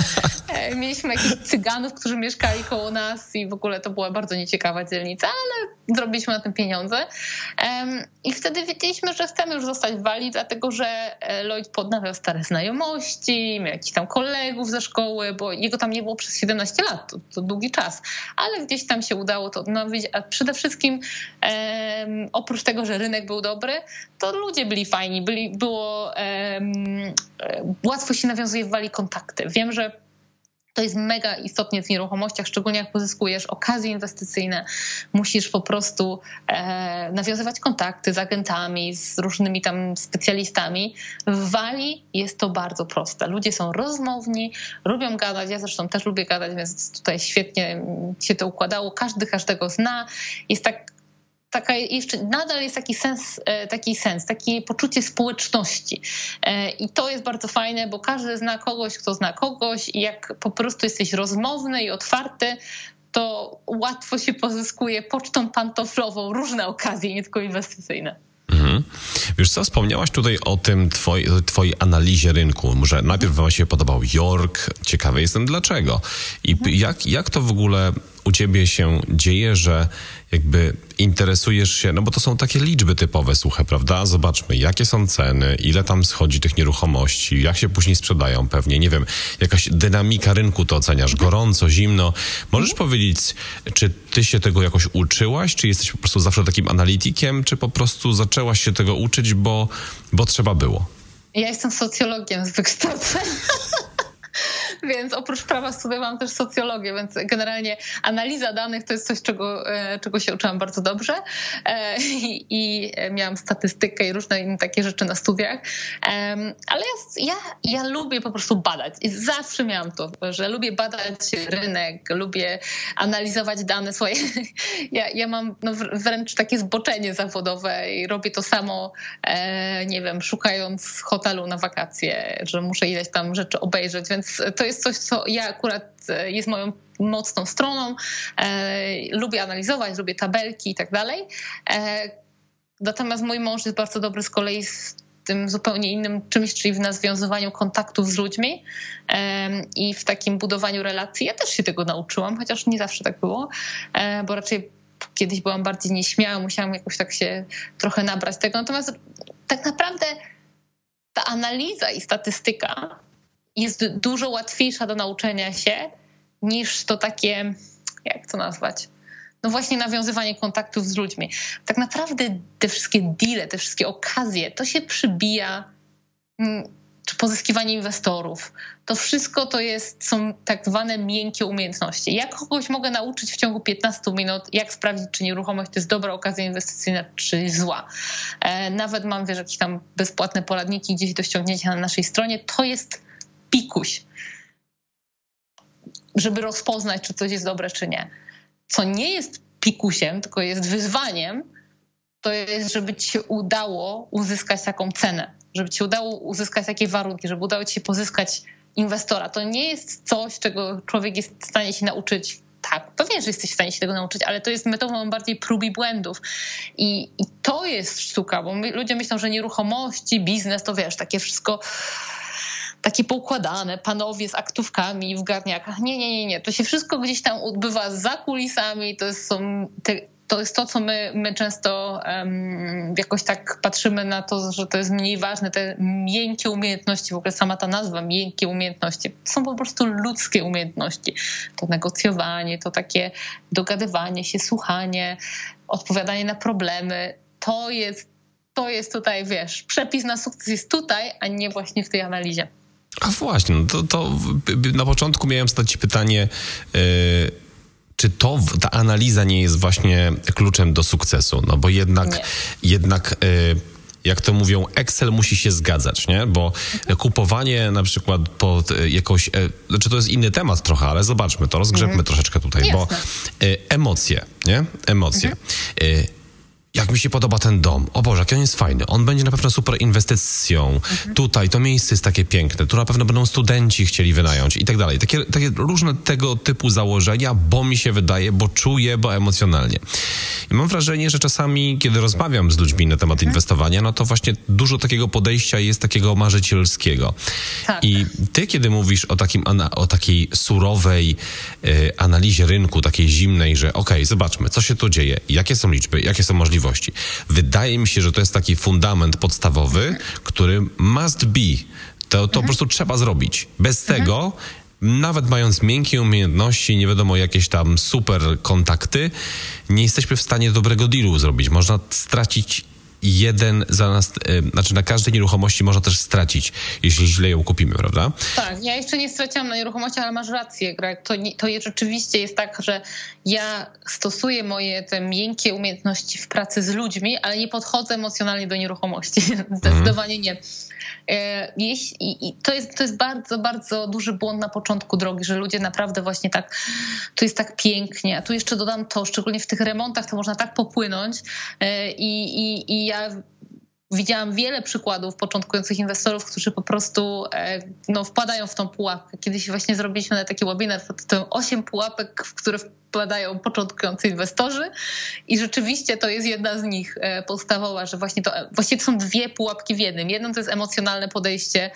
E, mieliśmy jakichś cyganów, którzy mieszkali koło nas i w ogóle to była bardzo nieciekawa dzielnica, ale zrobiliśmy na tym pieniądze. E, I wtedy wiedzieliśmy, że chcemy już zostać w Walii, dlatego że Lloyd podnawiał stare znajomości, miał jakichś tam kolegów ze szkoły, bo jego tam nie było przez siedemnaście lat, to, to długi czas, ale gdzieś tam się udało to odnowić, a przede wszystkim Um, oprócz tego, że rynek był dobry, to ludzie byli fajni, byli, było um, łatwo się nawiązuje w Walii kontakty. Wiem, że to jest mega istotnie w nieruchomościach, szczególnie jak pozyskujesz okazje inwestycyjne. Musisz po prostu e, nawiązywać kontakty z agentami, z różnymi tam specjalistami. W Walii jest to bardzo proste. Ludzie są rozmowni, lubią gadać. Ja zresztą też lubię gadać, więc tutaj świetnie się to układało. Każdy każdego zna. Jest tak Taka jeszcze nadal jest taki sens, taki sens, takie poczucie społeczności. I to jest bardzo fajne, bo każdy zna kogoś, kto zna kogoś i jak po prostu jesteś rozmowny i otwarty, to łatwo się pozyskuje pocztą pantoflową różne okazje, nie tylko inwestycyjne. Mhm. Wiesz co, wspomniałaś tutaj o tym twojej, twojej analizie rynku, że najpierw wam się podobał York, ciekawy jestem dlaczego. I mhm. jak, jak to w ogóle u ciebie się dzieje, że jakby interesujesz się, no bo to są takie liczby typowe, suche, prawda? Zobaczmy, jakie są ceny, ile tam schodzi tych nieruchomości, jak się później sprzedają pewnie, nie wiem, jakaś dynamika rynku to oceniasz, gorąco, zimno. Możesz powiedzieć, czy ty się tego jakoś uczyłaś, czy jesteś po prostu zawsze takim analitykiem, czy po prostu zaczęłaś się tego uczyć, bo, bo trzeba było? Ja jestem socjologiem z wykształcenia. Więc oprócz prawa studiowałam też socjologię, więc generalnie analiza danych to jest coś, czego, czego się uczyłam bardzo dobrze i, i miałam statystykę i różne inne takie rzeczy na studiach, ale ja, ja, ja lubię po prostu badać i zawsze miałam to, że lubię badać rynek, lubię analizować dane swoje. Ja, ja mam no wręcz takie zboczenie zawodowe i robię to samo, nie wiem, szukając hotelu na wakacje, że muszę ileś tam rzeczy obejrzeć, więc to jest coś, co ja akurat jest moją mocną stroną. E, lubię analizować, lubię tabelki i tak dalej. E, natomiast mój mąż jest bardzo dobry z kolei z tym zupełnie innym czymś, czyli w nawiązywaniu kontaktów z ludźmi e, i w takim budowaniu relacji. Ja też się tego nauczyłam, chociaż nie zawsze tak było, e, bo raczej kiedyś byłam bardziej nieśmiała, musiałam jakoś tak się trochę nabrać tego. Natomiast tak naprawdę ta analiza i statystyka jest dużo łatwiejsza do nauczenia się niż to takie, jak to nazwać, no właśnie nawiązywanie kontaktów z ludźmi. Tak naprawdę te wszystkie deale, te wszystkie okazje, to się przybija, czy pozyskiwanie inwestorów. To wszystko to jest, są tak zwane miękkie umiejętności. Jak kogoś mogę nauczyć w ciągu piętnastu minut, jak sprawdzić, czy nieruchomość to jest dobra okazja inwestycyjna, czy zła. E, nawet mam, wiesz, jakieś tam bezpłatne poradniki gdzieś do ściągnięcia na naszej stronie. To jest pikuś, żeby rozpoznać, czy coś jest dobre, czy nie. Co nie jest pikusiem, tylko jest wyzwaniem, to jest, żeby ci się udało uzyskać taką cenę, żeby ci się udało uzyskać takie warunki, żeby udało ci się pozyskać inwestora. To nie jest coś, czego człowiek jest w stanie się nauczyć. Tak, pewnie, że jesteś w stanie się tego nauczyć, ale to jest metodą bardziej prób i błędów. I, i to jest sztuka, bo my, ludzie myślą, że nieruchomości, biznes, to wiesz, takie wszystko takie poukładane, panowie z aktówkami w garniakach. Nie, nie, nie, nie. To się wszystko gdzieś tam odbywa za kulisami. To są te, to jest to, co my, my często um, jakoś tak patrzymy na to, że to jest mniej ważne. Te miękkie umiejętności, w ogóle sama ta nazwa, miękkie umiejętności, to są po prostu ludzkie umiejętności. To negocjowanie, to takie dogadywanie się, słuchanie, odpowiadanie na problemy. To jest, to jest tutaj, wiesz, przepis na sukces jest tutaj, a nie właśnie w tej analizie. A właśnie, no to, to na początku miałem zadać ci pytanie, yy, czy to ta analiza nie jest właśnie kluczem do sukcesu? No bo jednak, jednak yy, jak to mówią, Excel musi się zgadzać, nie? Bo mhm. kupowanie na przykład pod jakąś, e, znaczy to jest inny temat trochę, ale zobaczmy to, rozgrzebmy mhm. troszeczkę tutaj, Jasne. bo y, emocje, nie? Emocje. Mhm. Y, Jak mi się podoba ten dom. O Boże, jak on jest fajny. On będzie na pewno super inwestycją. Mhm. Tutaj to miejsce jest takie piękne. Tu na pewno będą studenci chcieli wynająć i tak dalej. Takie, takie różne tego typu założenia, bo mi się wydaje, bo czuję, bo emocjonalnie. I mam wrażenie, że czasami, kiedy rozmawiam z ludźmi na temat mhm. inwestowania, no to właśnie dużo takiego podejścia jest takiego marzycielskiego. Tak. I ty, kiedy mówisz o, takim, o takiej surowej y, analizie rynku, takiej zimnej, że okej, okay, zobaczmy, co się tu dzieje, jakie są liczby, jakie są możliwości. Wydaje mi się, że to jest taki fundament podstawowy, który must be. To, to mhm. po prostu trzeba zrobić. Bez mhm. tego, nawet mając miękkie umiejętności, nie wiadomo, jakieś tam super kontakty, nie jesteśmy w stanie dobrego dealu zrobić. Można stracić jeden za nas, yy, znaczy na każdej nieruchomości można też stracić, jeśli źle ją kupimy, prawda? Tak, ja jeszcze nie straciłam na nieruchomości, ale masz rację, Greg. To, nie, to rzeczywiście jest tak, że ja stosuję moje te miękkie umiejętności w pracy z ludźmi, ale nie podchodzę emocjonalnie do nieruchomości. Zdecydowanie mm. nie. Jeśli, i to, jest, to jest bardzo, bardzo duży błąd na początku drogi, że ludzie naprawdę właśnie tak, tu jest tak pięknie, a tu jeszcze dodam to, szczególnie w tych remontach to można tak popłynąć i, i, i ja widziałam wiele przykładów początkujących inwestorów, którzy po prostu no, wpadają w tą pułapkę. Kiedyś właśnie zrobiliśmy taki webinar pod tytułem osiem pułapek, w które wpadają początkujący inwestorzy i rzeczywiście to jest jedna z nich podstawowa, że właśnie to, właściwie to są dwie pułapki w jednym. Jedną to jest emocjonalne podejście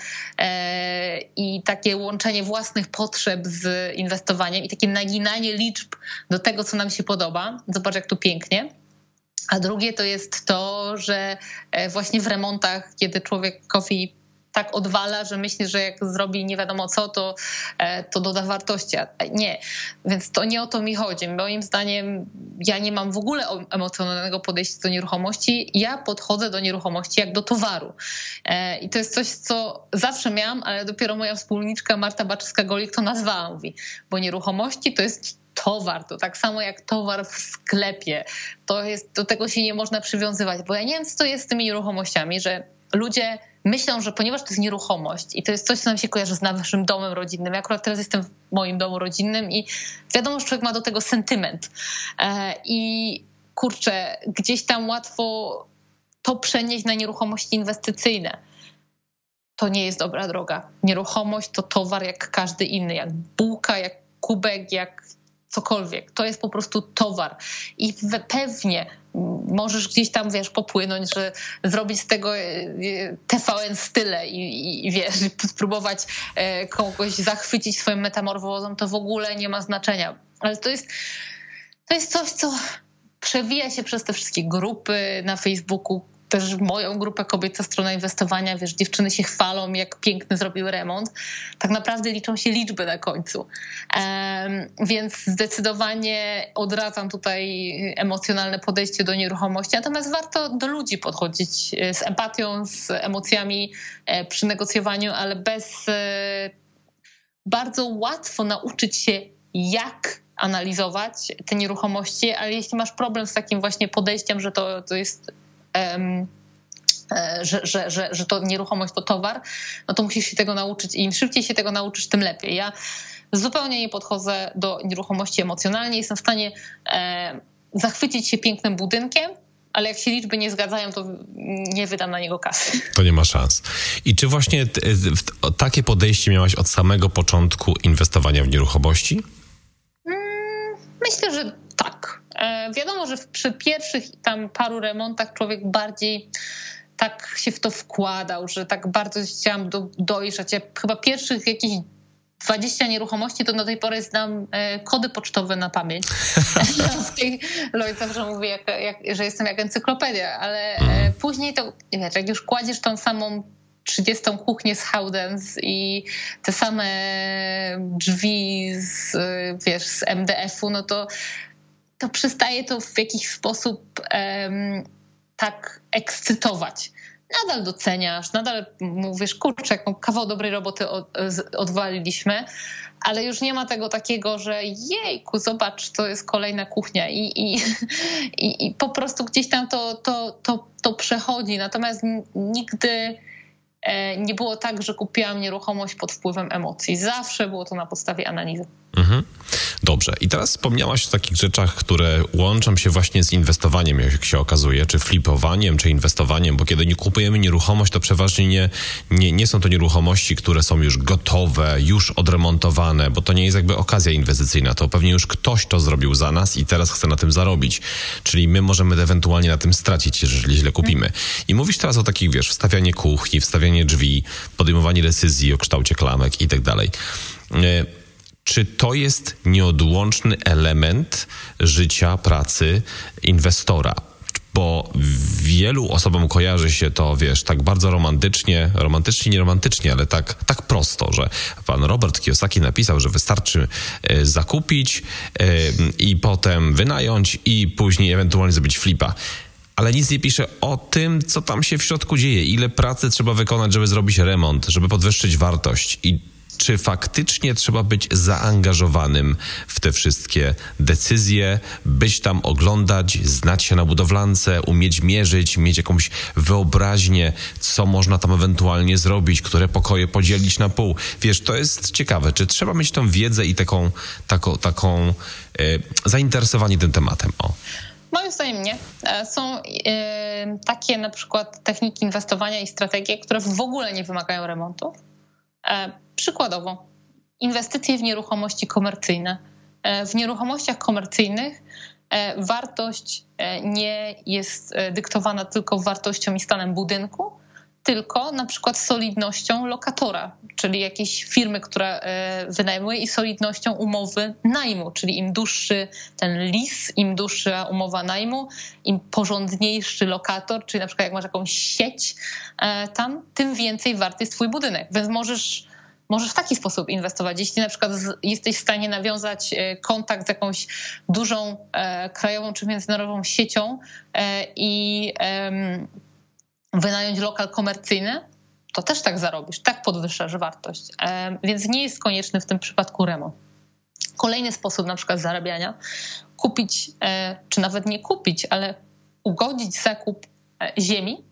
e, i takie łączenie własnych potrzeb z inwestowaniem i takie naginanie liczb do tego, co nam się podoba. Zobacz, jak tu pięknie. A drugie to jest to, że właśnie w remontach, kiedy człowiekowi tak odwala, że myśli, że jak zrobi nie wiadomo co, to, to doda wartości. A nie, więc to nie o to mi chodzi. Moim zdaniem ja nie mam w ogóle emocjonalnego podejścia do nieruchomości. Ja podchodzę do nieruchomości jak do towaru. I to jest coś, co zawsze miałam, ale dopiero moja wspólniczka Marta Baczewska-Golik to nazwała. Mówi, bo nieruchomości to jest towar, to tak samo jak towar w sklepie. To jest, do tego się nie można przywiązywać, bo ja nie wiem, co to jest z tymi nieruchomościami, że ludzie myślą, że ponieważ to jest nieruchomość i to jest coś, co nam się kojarzy z naszym domem rodzinnym. Ja akurat teraz jestem w moim domu rodzinnym i wiadomo, że człowiek ma do tego sentyment. I kurczę, gdzieś tam łatwo to przenieść na nieruchomości inwestycyjne. To nie jest dobra droga. Nieruchomość to towar jak każdy inny, jak bułka, jak kubek, jak cokolwiek. To jest po prostu towar. I pewnie możesz gdzieś tam, wiesz, popłynąć, że zrobić z tego T V N style i, i, i wiesz, spróbować kogoś zachwycić swoją metamorfozą, to w ogóle nie ma znaczenia. Ale to jest, to jest coś, co przewija się przez te wszystkie grupy na Facebooku, też moją grupę Kobieca Strona Inwestowania, wiesz, dziewczyny się chwalą, jak piękny zrobiły remont. Tak naprawdę liczą się liczby na końcu. Um, więc zdecydowanie odradzam tutaj emocjonalne podejście do nieruchomości, natomiast warto do ludzi podchodzić z empatią, z emocjami przy negocjowaniu, ale bez... Bardzo łatwo nauczyć się, jak analizować te nieruchomości, ale jeśli masz problem z takim właśnie podejściem, że to, to jest... Um, Że, że, że, że to nieruchomość to towar, no to musisz się tego nauczyć i im szybciej się tego nauczysz, tym lepiej. Ja zupełnie nie podchodzę do nieruchomości emocjonalnie. Jestem w stanie e, zachwycić się pięknym budynkiem, ale jak się liczby nie zgadzają, to nie wydam na niego kasy. To nie ma szans. I czy właśnie t, t, takie podejście miałaś od samego początku inwestowania w nieruchomości? Hmm, myślę, że tak. E, wiadomo, że przy pierwszych tam paru remontach człowiek bardziej tak się w to wkładał, że tak bardzo chciałam do, dojrzeć. Ja chyba pierwszych jakichś dwadzieścia nieruchomości to do tej pory znam e, kody pocztowe na pamięć. Lloyd zawsze mówi, jak, jak, że jestem jak encyklopedia, ale e, później to, wiesz, jak już kładziesz tą samą trzydziestą kuchnię z Howdens i te same drzwi z, wiesz, z M D F-u, no to, to przestaje to w jakiś sposób em, tak ekscytować. Nadal doceniasz, nadal mówisz, kurczę, jaką kawał dobrej roboty od, odwaliliśmy, ale już nie ma tego takiego, że jejku, zobacz, to jest kolejna kuchnia i, i, i, i po prostu gdzieś tam to, to, to, to przechodzi. Natomiast nigdy nie było tak, że kupiłam nieruchomość pod wpływem emocji. Zawsze było to na podstawie analizy. Mhm. Dobrze. I teraz wspomniałaś o takich rzeczach, które łączą się właśnie z inwestowaniem, jak się okazuje, czy flipowaniem, czy inwestowaniem, bo kiedy nie kupujemy nieruchomość, to przeważnie nie, nie, nie są to nieruchomości, które są już gotowe, już odremontowane, bo to nie jest jakby okazja inwestycyjna. To pewnie już ktoś to zrobił za nas i teraz chce na tym zarobić. Czyli my możemy ewentualnie na tym stracić, jeżeli źle kupimy. I mówisz teraz o takich, wiesz, wstawianie kuchni, wstawianie drzwi, podejmowanie decyzji o kształcie klamek i tak dalej. Czy to jest nieodłączny element życia, pracy inwestora? Bo wielu osobom kojarzy się to, wiesz, tak bardzo romantycznie, romantycznie, nie romantycznie, ale tak, tak prosto, że pan Robert Kiyosaki napisał, że wystarczy e, zakupić e, i potem wynająć i później ewentualnie zrobić flipa. Ale nic nie pisze o tym, co tam się w środku dzieje, ile pracy trzeba wykonać, żeby zrobić remont, żeby podwyższyć wartość i czy faktycznie trzeba być zaangażowanym w te wszystkie decyzje, być tam, oglądać, znać się na budowlance, umieć mierzyć, mieć jakąś wyobraźnię, co można tam ewentualnie zrobić, które pokoje podzielić na pół. Wiesz, to jest ciekawe. Czy trzeba mieć tą wiedzę i taką, taką, taką e, zainteresowanie tym tematem? O. Moim zdaniem nie. Są y, takie na przykład techniki inwestowania i strategie, które w ogóle nie wymagają remontu. E, przykładowo, inwestycje w nieruchomości komercyjne. E, w nieruchomościach komercyjnych e, wartość e, nie jest e, dyktowana tylko wartością i stanem budynku, tylko na przykład solidnością lokatora, czyli jakiejś firmy, która e, wynajmuje i solidnością umowy najmu, czyli im dłuższy ten lease, im dłuższa umowa najmu, im porządniejszy lokator, czyli na przykład jak masz jakąś sieć e, tam, tym więcej wart jest twój budynek. Więc możesz, możesz w taki sposób inwestować. Jeśli na przykład z, jesteś w stanie nawiązać e, kontakt z jakąś dużą e, krajową czy międzynarodową siecią e, i e, wynająć lokal komercyjny, to też tak zarobisz, tak podwyższasz wartość. Więc nie jest konieczny w tym przypadku remont. Kolejny sposób na przykład zarabiania, kupić, czy nawet nie kupić, ale ugodzić zakup ziemi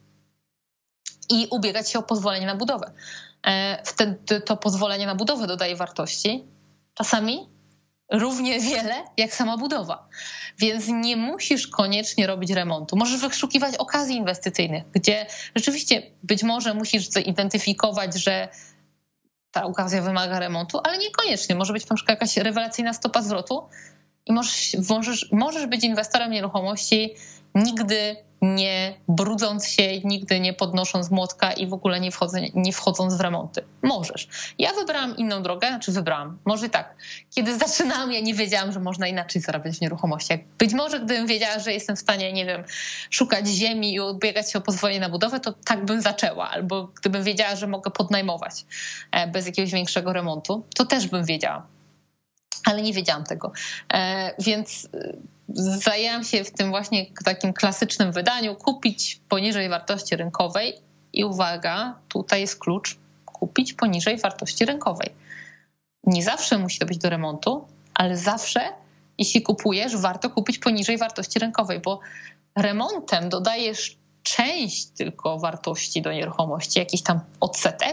i ubiegać się o pozwolenie na budowę. Wtedy to pozwolenie na budowę dodaje wartości, czasami równie wiele jak sama budowa. Więc nie musisz koniecznie robić remontu. Możesz wyszukiwać okazji inwestycyjnych, gdzie rzeczywiście być może musisz zidentyfikować, że ta okazja wymaga remontu, ale niekoniecznie. Może być na przykład jakaś rewelacyjna stopa zwrotu i możesz, możesz, możesz być inwestorem nieruchomości nigdy nie brudząc się, nigdy nie podnosząc młotka i w ogóle nie, wchodzę, nie wchodząc w remonty. Możesz. Ja wybrałam inną drogę, znaczy wybrałam, może tak. Kiedy zaczynałam, ja nie wiedziałam, że można inaczej zarabiać w nieruchomościach. Być może gdybym wiedziała, że jestem w stanie, nie wiem, szukać ziemi i ubiegać się o pozwolenie na budowę, to tak bym zaczęła. Albo gdybym wiedziała, że mogę podnajmować bez jakiegoś większego remontu, to też bym wiedziała. Ale nie wiedziałam tego. E, więc zajęłam się w tym właśnie takim klasycznym wydaniu, kupić poniżej wartości rynkowej i uwaga, tutaj jest klucz, kupić poniżej wartości rynkowej. Nie zawsze musi to być do remontu, ale zawsze, jeśli kupujesz, warto kupić poniżej wartości rynkowej, bo remontem dodajesz część tylko wartości do nieruchomości, jakiś tam odsetek,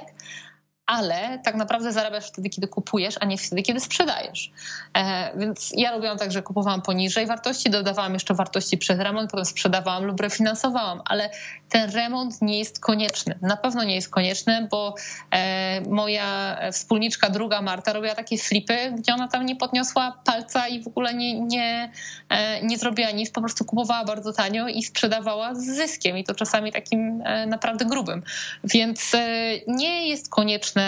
ale tak naprawdę zarabiasz wtedy, kiedy kupujesz, a nie wtedy, kiedy sprzedajesz. E, więc ja robiłam tak, że kupowałam poniżej wartości, dodawałam jeszcze wartości przez remont, potem sprzedawałam lub refinansowałam, ale ten remont nie jest konieczny. Na pewno nie jest konieczny, bo e, moja wspólniczka druga Marta robiła takie flipy, gdzie ona tam nie podniosła palca i w ogóle nie, nie, e, nie zrobiła nic, po prostu kupowała bardzo tanio i sprzedawała z zyskiem i to czasami takim e, naprawdę grubym. Więc e, nie jest konieczne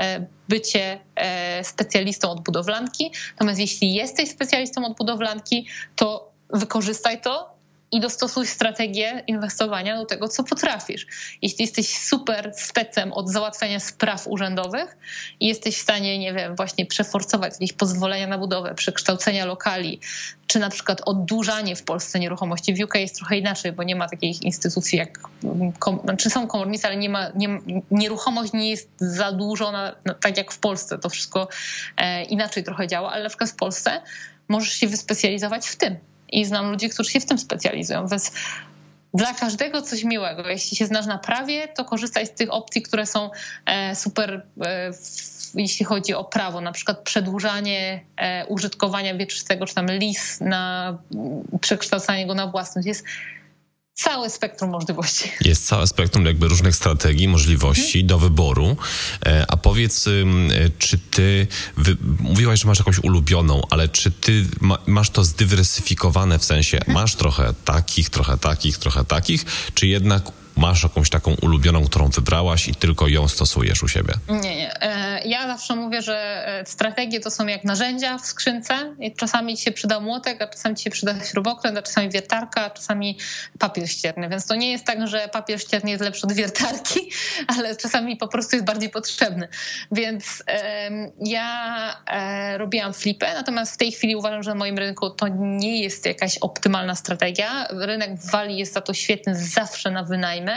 bycie specjalistą od budowlanki. Natomiast jeśli jesteś specjalistą od budowlanki, to wykorzystaj to i dostosuj strategię inwestowania do tego, co potrafisz. Jeśli jesteś super specem od załatwiania spraw urzędowych i jesteś w stanie, nie wiem, właśnie przeforsować jakieś pozwolenia na budowę, przekształcenia lokali, czy na przykład oddłużanie w Polsce nieruchomości. W U K jest trochę inaczej, bo nie ma takich instytucji jak, czy są komornicy, ale nie ma, nie, nieruchomość nie jest zadłużona no, tak jak w Polsce. To wszystko e, inaczej trochę działa, ale na przykład w Polsce możesz się wyspecjalizować w tym. I znam ludzi, którzy się w tym specjalizują, więc dla każdego coś miłego. Jeśli się znasz na prawie, to korzystaj z tych opcji, które są super, jeśli chodzi o prawo, na przykład przedłużanie użytkowania wieczystego, czy tam lease na przekształcanie go na własność. Jest całe spektrum możliwości. Jest całe spektrum jakby różnych strategii, możliwości hmm. do wyboru. A powiedz, czy ty, wy, mówiłaś, że masz jakąś ulubioną, ale czy ty ma, masz to zdywersyfikowane, w sensie hmm. masz trochę takich, trochę takich, trochę takich, czy jednak masz jakąś taką ulubioną, którą wybrałaś i tylko ją stosujesz u siebie? Nie, nie. Ja zawsze mówię, że strategie to są jak narzędzia w skrzynce. Czasami ci się przyda młotek, a czasami ci się przyda śrubokręt, a czasami wiertarka, a czasami papier ścierny. Więc to nie jest tak, że papier ścierny jest lepszy od wiertarki, ale czasami po prostu jest bardziej potrzebny. Więc um, ja e, robiłam flipy, natomiast w tej chwili uważam, że na moim rynku to nie jest jakaś optymalna strategia. Rynek w Walii jest za to świetny zawsze na wynajmy.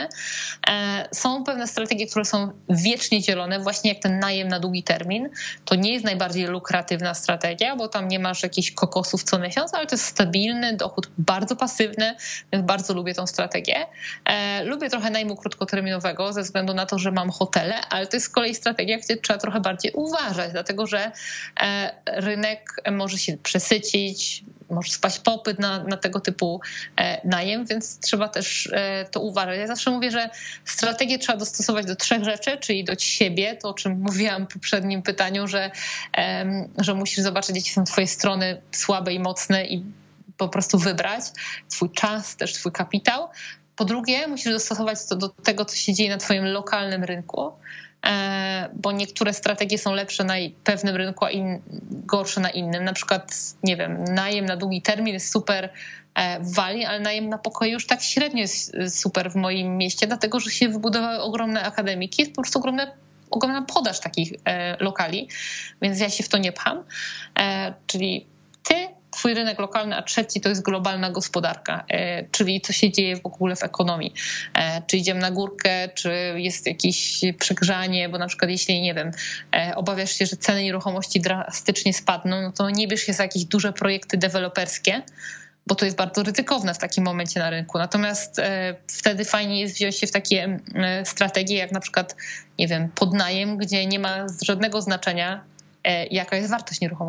Są pewne strategie, które są wiecznie zielone, właśnie jak ten najem na długi termin. To nie jest najbardziej lukratywna strategia, bo tam nie masz jakichś kokosów co miesiąc, ale to jest stabilny dochód, bardzo pasywny, więc bardzo lubię tą strategię. Lubię trochę najmu krótkoterminowego ze względu na to, że mam hotele, ale to jest z kolei strategia, gdzie trzeba trochę bardziej uważać, dlatego że rynek może się przesycić, może spaść popyt na, na tego typu najem, więc trzeba też to uważać. Ja zawsze mówię, że strategię trzeba dostosować do trzech rzeczy, czyli do siebie, to o czym mówiłam w poprzednim pytaniu, że, że musisz zobaczyć, jakie są twoje strony słabe i mocne i po prostu wybrać twój czas, też twój kapitał. Po drugie, musisz dostosować to do tego, co się dzieje na twoim lokalnym rynku, bo niektóre strategie są lepsze na pewnym rynku, a in, gorsze na innym. Na przykład, nie wiem, najem na długi termin jest super w Walii, ale najem na pokoje już tak średnio jest super w moim mieście, dlatego że się wybudowały ogromne akademiki, jest po prostu ogromne, ogromna podaż takich lokali, więc ja się w to nie pcham. Czyli ty, twój rynek lokalny, a trzeci to jest globalna gospodarka, czyli co się dzieje w ogóle w ekonomii. Czy idziemy na górkę, czy jest jakieś przegrzanie, bo na przykład jeśli, nie wiem, obawiasz się, że ceny nieruchomości drastycznie spadną, no to nie bierz się za jakieś duże projekty deweloperskie, bo to jest bardzo ryzykowne w takim momencie na rynku. Natomiast e, wtedy fajnie jest wziąć się w takie e, strategie, jak na przykład, nie wiem, podnajem, gdzie nie ma żadnego znaczenia, e, jaka jest wartość nieruchomości.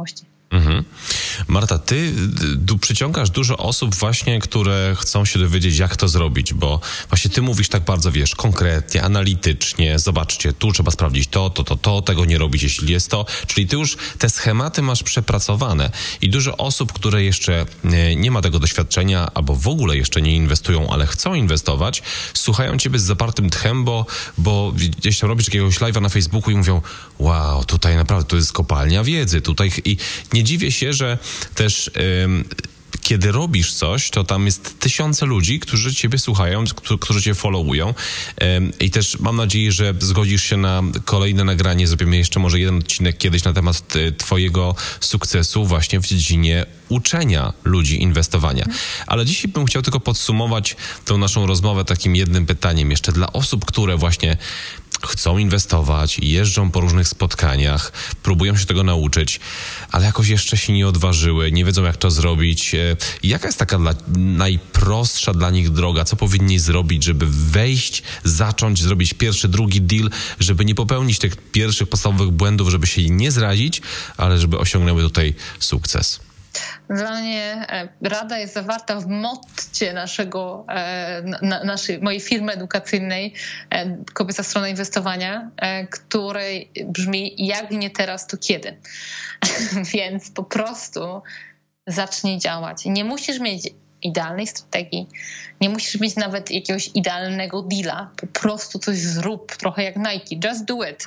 Mhm. Marta, ty tu przyciągasz dużo osób właśnie, które chcą się dowiedzieć, jak to zrobić, bo właśnie ty mówisz tak bardzo, wiesz, konkretnie, analitycznie, zobaczcie, tu trzeba sprawdzić to, to, to, to, tego nie robić, jeśli jest to, czyli ty już te schematy masz przepracowane i dużo osób, które jeszcze nie, nie ma tego doświadczenia, albo w ogóle jeszcze nie inwestują, ale chcą inwestować, słuchają ciebie z zapartym tchem, bo, bo gdzieś tam robisz jakiegoś live'a na Facebooku i mówią, wow, tutaj naprawdę to jest kopalnia wiedzy, tutaj i nie dziwię się, że też ym, kiedy robisz coś, to tam jest tysiące ludzi, którzy ciebie słuchają, którzy cię followują ym, i też mam nadzieję, że zgodzisz się na kolejne nagranie, zrobimy jeszcze może jeden odcinek kiedyś na temat t- twojego sukcesu właśnie w dziedzinie uczenia ludzi inwestowania. Ale dzisiaj bym chciał tylko podsumować tą naszą rozmowę takim jednym pytaniem jeszcze dla osób, które właśnie chcą inwestować, jeżdżą po różnych spotkaniach, próbują się tego nauczyć, ale jakoś jeszcze się nie odważyły, nie wiedzą jak to zrobić. Jaka jest taka dla, najprostsza dla nich droga? Co powinni zrobić, żeby wejść, zacząć, zrobić pierwszy, drugi deal, żeby nie popełnić tych pierwszych podstawowych błędów, żeby się nie zrazić, ale żeby osiągnęły tutaj sukces? Dla mnie rada jest zawarta w motcie naszego, na, naszej, mojej firmy edukacyjnej Kobieca Strona Inwestowania, której brzmi jak nie teraz, to kiedy. Więc po prostu zacznij działać. Nie musisz mieć idealnej strategii, nie musisz mieć nawet jakiegoś idealnego deala, po prostu coś zrób, trochę jak Nike, just do it.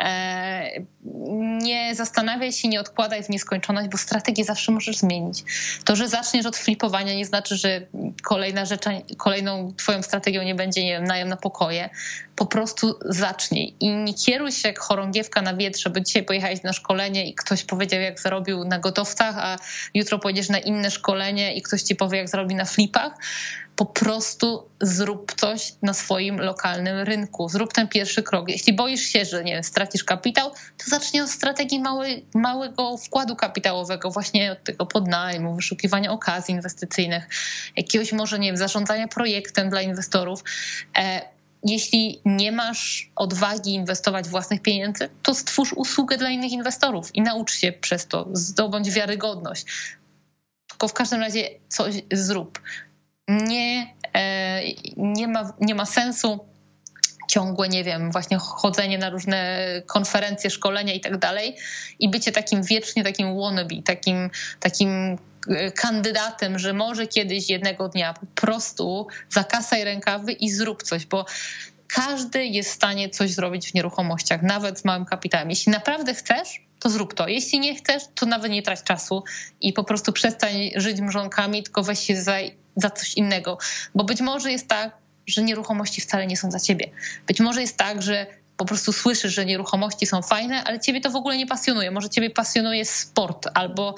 Nie zastanawiaj się, nie odkładaj w nieskończoność, bo strategię zawsze możesz zmienić. To, że zaczniesz od flipowania, nie znaczy, że kolejna rzecz, kolejną twoją strategią nie będzie, nie wiem, najem na pokoje. Po prostu zacznij i nie kieruj się jak chorągiewka na wietrze, bo dzisiaj pojechałeś na szkolenie i ktoś powiedział, jak zarobił na gotowcach, a jutro pojedziesz na inne szkolenie i ktoś ci powie, jak zarobi na flipach. Po prostu zrób coś na swoim lokalnym rynku. Zrób ten pierwszy krok. Jeśli boisz się, że nie wiem, stracisz kapitał, to zacznij od strategii mały, małego wkładu kapitałowego, właśnie od tego podnajmu, wyszukiwania okazji inwestycyjnych, jakiegoś może, nie wiem, zarządzania projektem dla inwestorów. Jeśli nie masz odwagi inwestować własnych pieniędzy, to stwórz usługę dla innych inwestorów i naucz się przez to, zdobądź wiarygodność. Tylko w każdym razie coś zrób. Nie, nie ma, nie ma sensu ciągłe, nie wiem, właśnie chodzenie na różne konferencje, szkolenia i tak dalej i bycie takim wiecznie takim wannabe, takim, takim kandydatem, że może kiedyś jednego dnia po prostu zakasaj rękawy i zrób coś, bo każdy jest w stanie coś zrobić w nieruchomościach, nawet z małym kapitałem. Jeśli naprawdę chcesz, to zrób to. Jeśli nie chcesz, to nawet nie trać czasu i po prostu przestań żyć mrzonkami, tylko weź się za, za coś innego. Bo być może jest tak, że nieruchomości wcale nie są za ciebie. Być może jest tak, że po prostu słyszysz, że nieruchomości są fajne, ale ciebie to w ogóle nie pasjonuje. Może ciebie pasjonuje sport albo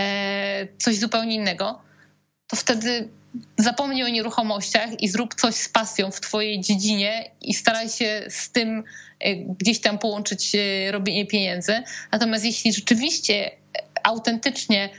e, coś zupełnie innego. To wtedy zapomnij o nieruchomościach i zrób coś z pasją w twojej dziedzinie i staraj się z tym gdzieś tam połączyć robienie pieniędzy. Natomiast jeśli rzeczywiście autentycznie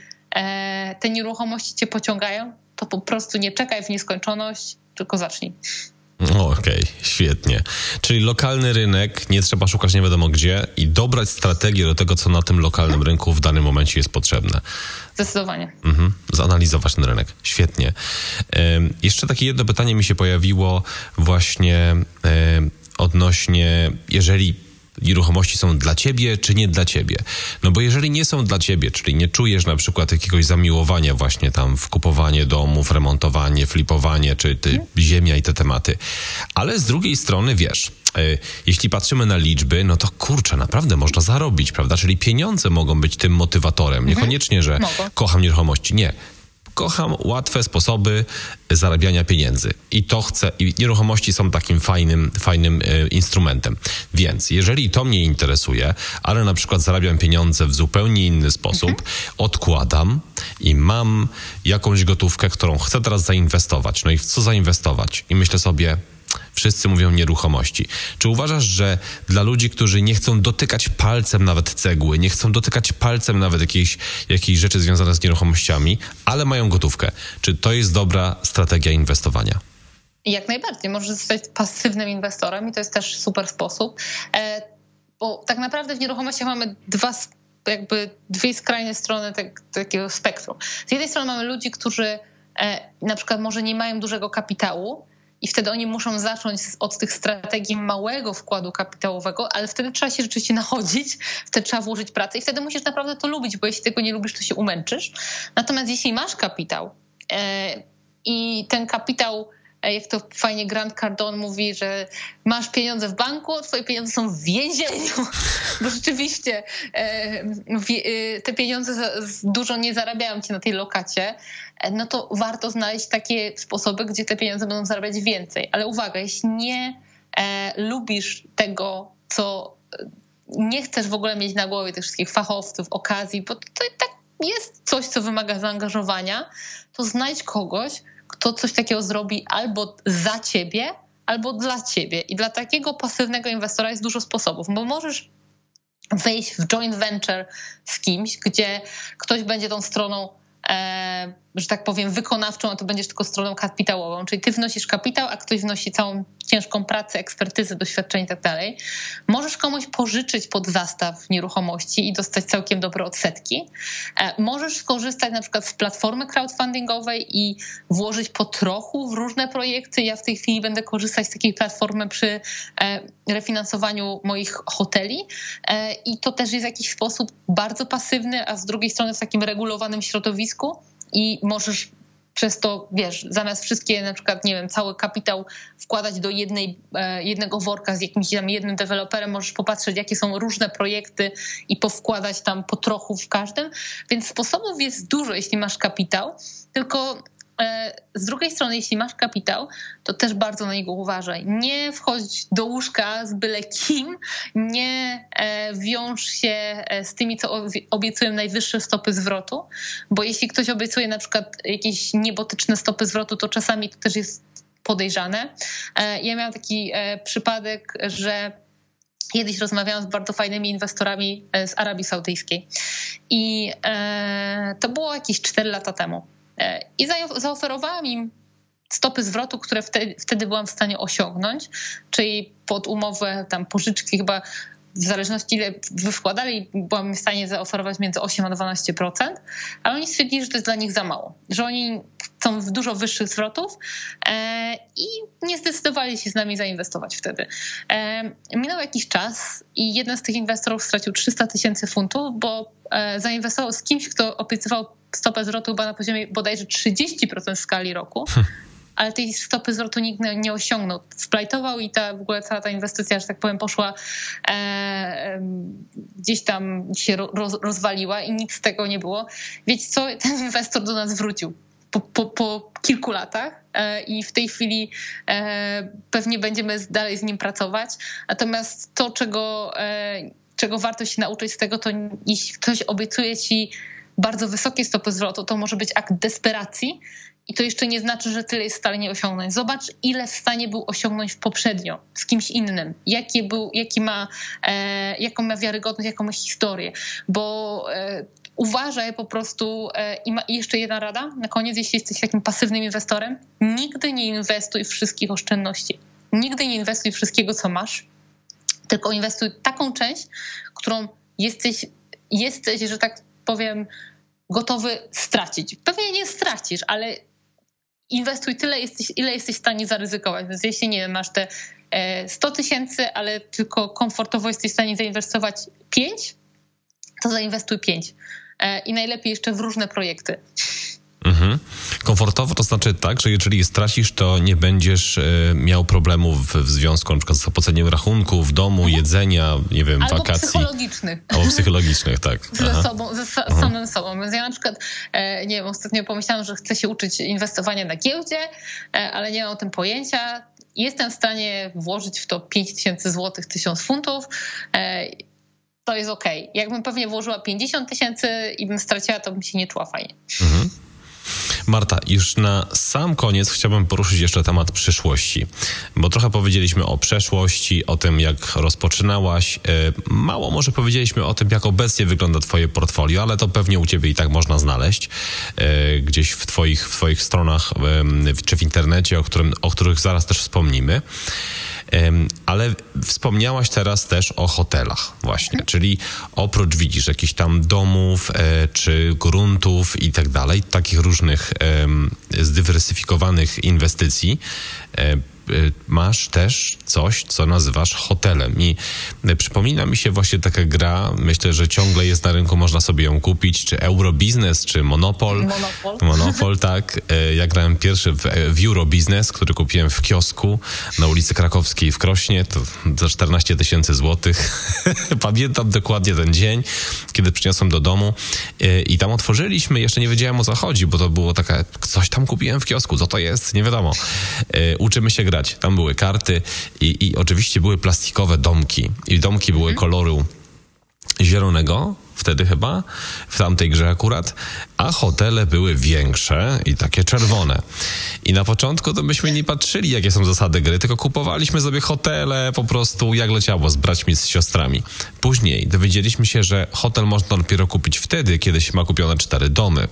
te nieruchomości cię pociągają, to po prostu nie czekaj w nieskończoność, tylko zacznij. Okej, okay, świetnie. Czyli lokalny rynek, nie trzeba szukać nie wiadomo gdzie i dobrać strategię do tego, co na tym lokalnym rynku w danym momencie jest potrzebne. Zdecydowanie. Mhm, zanalizować ten rynek. Świetnie. Um, jeszcze takie jedno pytanie mi się pojawiło właśnie um, odnośnie, jeżeli nieruchomości są dla ciebie, czy nie dla ciebie. No bo jeżeli nie są dla ciebie, czyli nie czujesz na przykład jakiegoś zamiłowania właśnie tam w kupowanie domów, remontowanie, flipowanie, czy ty, ziemia i te tematy. Ale z drugiej strony, wiesz, y, jeśli patrzymy na liczby, no to kurczę, naprawdę można zarobić, prawda? Czyli pieniądze mogą być tym motywatorem. Niekoniecznie, że Mogę. kocham nieruchomości. Nie. Kocham łatwe sposoby zarabiania pieniędzy i to chcę, i nieruchomości są takim fajnym, fajnym e, instrumentem. Więc jeżeli to mnie interesuje, ale na przykład zarabiam pieniądze w zupełnie inny sposób, mhm. odkładam i mam jakąś gotówkę, którą chcę teraz zainwestować. No i w co zainwestować? I myślę sobie, wszyscy mówią nieruchomości. Czy uważasz, że dla ludzi, którzy nie chcą dotykać palcem nawet cegły, nie chcą dotykać palcem nawet jakiejś, jakiejś rzeczy związane z nieruchomościami, ale mają gotówkę, czy to jest dobra strategia inwestowania? Jak najbardziej. Możesz zostać pasywnym inwestorem i to jest też super sposób, bo tak naprawdę w nieruchomościach mamy dwa jakby dwie skrajne strony tak, takiego spektrum. Z jednej strony mamy ludzi, którzy e, na przykład może nie mają dużego kapitału i wtedy oni muszą zacząć od tych strategii małego wkładu kapitałowego, ale wtedy trzeba się rzeczywiście nachodzić, wtedy trzeba włożyć pracę i wtedy musisz naprawdę to lubić, bo jeśli tego nie lubisz, to się umęczysz. Natomiast jeśli masz kapitał e, i ten kapitał, jak to fajnie Grant Cardone mówi, że masz pieniądze w banku, a twoje pieniądze są w więzieniu, bo rzeczywiście te pieniądze dużo nie zarabiają ci na tej lokacie, no to warto znaleźć takie sposoby, gdzie te pieniądze będą zarabiać więcej. Ale uwaga, jeśli nie lubisz tego, co nie chcesz w ogóle mieć na głowie tych wszystkich fachowców, okazji, bo to tak jest coś, co wymaga zaangażowania, to znajdź kogoś, kto coś takiego zrobi albo za ciebie, albo dla ciebie. I dla takiego pasywnego inwestora jest dużo sposobów, bo możesz wejść w joint venture z kimś, gdzie ktoś będzie tą stroną, e, że tak powiem, wykonawczą, a to będziesz tylko stroną kapitałową. Czyli ty wnosisz kapitał, a ktoś wnosi całą ciężką pracę, ekspertyzę, doświadczenie i tak dalej. Możesz komuś pożyczyć pod zastaw nieruchomości i dostać całkiem dobre odsetki. E, możesz skorzystać na przykład z platformy crowdfundingowej i włożyć po trochu w różne projekty. Ja w tej chwili będę korzystać z takiej platformy przy e, refinansowaniu moich hoteli e, i to też jest w jakiś sposób bardzo pasywny, a z drugiej strony w takim regulowanym środowisku i możesz przez to, wiesz, zamiast wszystkie, na przykład, nie wiem, cały kapitał wkładać do jednej, jednego worka z jakimś tam jednym deweloperem, możesz popatrzeć, jakie są różne projekty i powkładać tam po trochu w każdym. Więc sposobów jest dużo, jeśli masz kapitał, tylko z drugiej strony, jeśli masz kapitał, to też bardzo na niego uważaj. Nie wchodź do łóżka z byle kim, nie wiąż się z tymi, co obiecują najwyższe stopy zwrotu, bo jeśli ktoś obiecuje na przykład jakieś niebotyczne stopy zwrotu, to czasami to też jest podejrzane. Ja miałam taki przypadek, że kiedyś rozmawiałam z bardzo fajnymi inwestorami z Arabii Saudyjskiej i to było jakieś cztery lata temu. I zaoferowałam im stopy zwrotu, które wtedy, wtedy byłam w stanie osiągnąć, czyli pod umowę tam pożyczki chyba w zależności ile wykładali, byłam w stanie zaoferować między osiem a dwanaście procent, ale oni stwierdzili, że to jest dla nich za mało, że oni chcą dużo wyższych zwrotów e, i nie zdecydowali się z nami zainwestować wtedy. E, minął jakiś czas i jeden z tych inwestorów stracił trzysta tysięcy funtów, bo e, zainwestował z kimś, kto obiecywał stopę zwrotu chyba na poziomie bodajże trzydzieści procent w skali roku. Hmm. Ale tej stopy zwrotu nikt nie osiągnął. Splajtował i ta w ogóle cała ta inwestycja, że tak powiem, poszła e, e, gdzieś tam się roz, rozwaliła i nic z tego nie było. Wiecie co? Ten inwestor do nas wrócił po, po, po kilku latach e, i w tej chwili e, pewnie będziemy dalej z nim pracować. Natomiast to, czego, e, czego warto się nauczyć z tego, to jeśli ktoś obiecuje ci bardzo wysokie stopy zwrotu, to może być akt desperacji i to jeszcze nie znaczy, że tyle jest w stanie osiągnąć. Zobacz, ile w stanie był osiągnąć poprzednio z kimś innym, jaki był, jaki ma, e, jaką ma wiarygodność, jaką ma historię, bo e, uważaj po prostu e, i, ma, i jeszcze jedna rada na koniec, jeśli jesteś takim pasywnym inwestorem, nigdy nie inwestuj wszystkich oszczędności, nigdy nie inwestuj wszystkiego, co masz, tylko inwestuj taką część, którą jesteś, jesteś, że tak powiem, gotowy stracić. Pewnie nie stracisz, ale inwestuj tyle, jesteś, ile jesteś w stanie zaryzykować. Więc jeśli nie wiem, masz te sto tysięcy, ale tylko komfortowo jesteś w stanie zainwestować pięć, to zainwestuj pięć. I najlepiej jeszcze w różne projekty. Mhm. Komfortowo to znaczy tak, że jeżeli je stracisz, to nie będziesz e, miał problemów w, w związku na przykład z opłaceniem rachunków, domu, mhm. jedzenia, nie wiem, albo wakacji. Psychologicznych. Albo psychologicznych, tak. Ze sobą, ze mhm. samym sobą. Więc ja na przykład, e, nie wiem, ostatnio pomyślałam, że chcę się uczyć inwestowania na giełdzie, e, ale nie mam o tym pojęcia. Jestem w stanie włożyć w to pięć tysięcy złotych, tysiąc funtów. E, to jest okej. Okay. Jakbym pewnie włożyła pięćdziesiąt tysięcy i bym straciła, to bym się nie czuła fajnie. Mhm. Marta, już na sam koniec chciałbym poruszyć jeszcze temat przyszłości, bo trochę powiedzieliśmy o przeszłości, o tym, jak rozpoczynałaś. Mało może powiedzieliśmy o tym, jak obecnie wygląda twoje portfolio, ale to pewnie u ciebie i tak można znaleźć gdzieś w twoich, w twoich stronach czy w internecie, o, którym, o których zaraz też wspomnimy. Ale wspomniałaś teraz też o hotelach właśnie, czyli oprócz widzisz jakichś tam domów czy gruntów i tak dalej, takich różnych zdywersyfikowanych inwestycji, masz też coś, co nazywasz hotelem. I przypomina mi się właśnie taka gra, myślę, że ciągle jest na rynku, można sobie ją kupić, czy Eurobiznes, czy Monopol. Monopol. Monopol, tak. Ja grałem pierwszy w, w Eurobiznes, który kupiłem w kiosku na ulicy Krakowskiej w Krośnie, to za czternaście tysięcy złotych. Pamiętam dokładnie ten dzień, kiedy przyniosłem do domu i tam otworzyliśmy, jeszcze nie wiedziałem, o co chodzi, bo to było taka, coś tam kupiłem w kiosku, co to jest? Nie wiadomo. Uczymy się grać. Tam były karty i, i oczywiście były plastikowe domki. I domki były koloru zielonego, wtedy chyba, w tamtej grze akurat, a hotele były większe i takie czerwone. I na początku to myśmy nie patrzyli, jakie są zasady gry, tylko kupowaliśmy sobie hotele po prostu jak leciało, z braćmi, z siostrami. Później dowiedzieliśmy się, że hotel można dopiero kupić wtedy, kiedy się ma kupione cztery domy.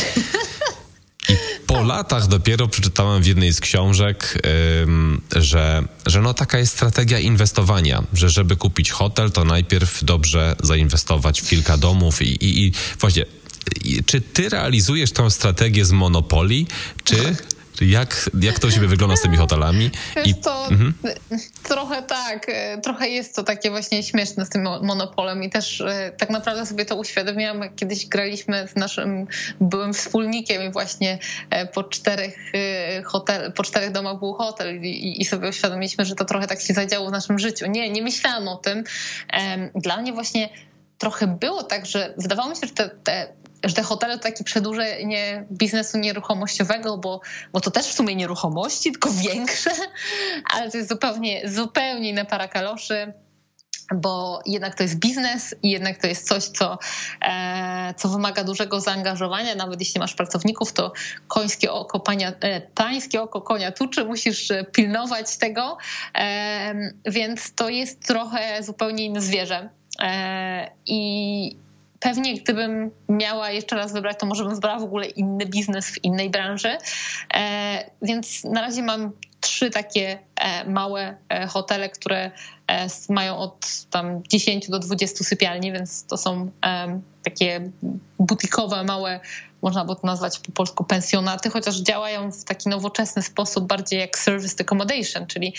I po latach dopiero przeczytałem w jednej z książek, ym, że, że no taka jest strategia inwestowania, że żeby kupić hotel, to najpierw dobrze zainwestować w kilka domów i, i, i właśnie, i, czy ty realizujesz tę strategię z Monopoly, czy... Jak, jak to u ciebie wygląda z tymi hotelami? I to mhm. trochę tak, trochę jest to takie właśnie śmieszne z tym monopolem i też tak naprawdę sobie to uświadomiłam, jak kiedyś graliśmy z naszym byłym wspólnikiem i właśnie po czterech hotel, po czterech domach był hotel i, i sobie uświadomiliśmy, że to trochę tak się zadziało w naszym życiu. Nie, nie myślałam o tym. Dla mnie właśnie trochę było tak, że wydawało mi się, że te, te że te hotele to takie przedłużenie biznesu nieruchomościowego, bo, bo to też w sumie nieruchomości, tylko większe, ale to jest zupełnie, zupełnie inna para kaloszy, bo jednak to jest biznes i jednak to jest coś, co, e, co wymaga dużego zaangażowania. Nawet jeśli masz pracowników, to końskie oko, pania, e, pańskie oko konia tuczy, musisz pilnować tego, e, więc to jest trochę zupełnie inne zwierzę. E, I pewnie gdybym miała jeszcze raz wybrać, to może bym wybrała w ogóle inny biznes w innej branży. E, więc na razie mam trzy takie e, małe e, hotele, które e, mają od tam dziesięć do dwudziestu sypialni, więc to są e, takie butikowe, małe, można by to nazwać po polsku pensjonaty, chociaż działają w taki nowoczesny sposób, bardziej jak serviced accommodation, czyli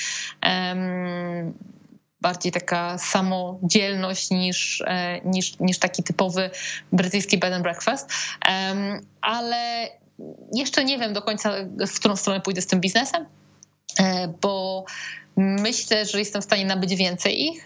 e, bardziej taka samodzielność niż, niż, niż taki typowy brytyjski bed and breakfast. Um, ale jeszcze nie wiem do końca, w którą stronę pójdę z tym biznesem, bo myślę, że jestem w stanie nabyć więcej ich,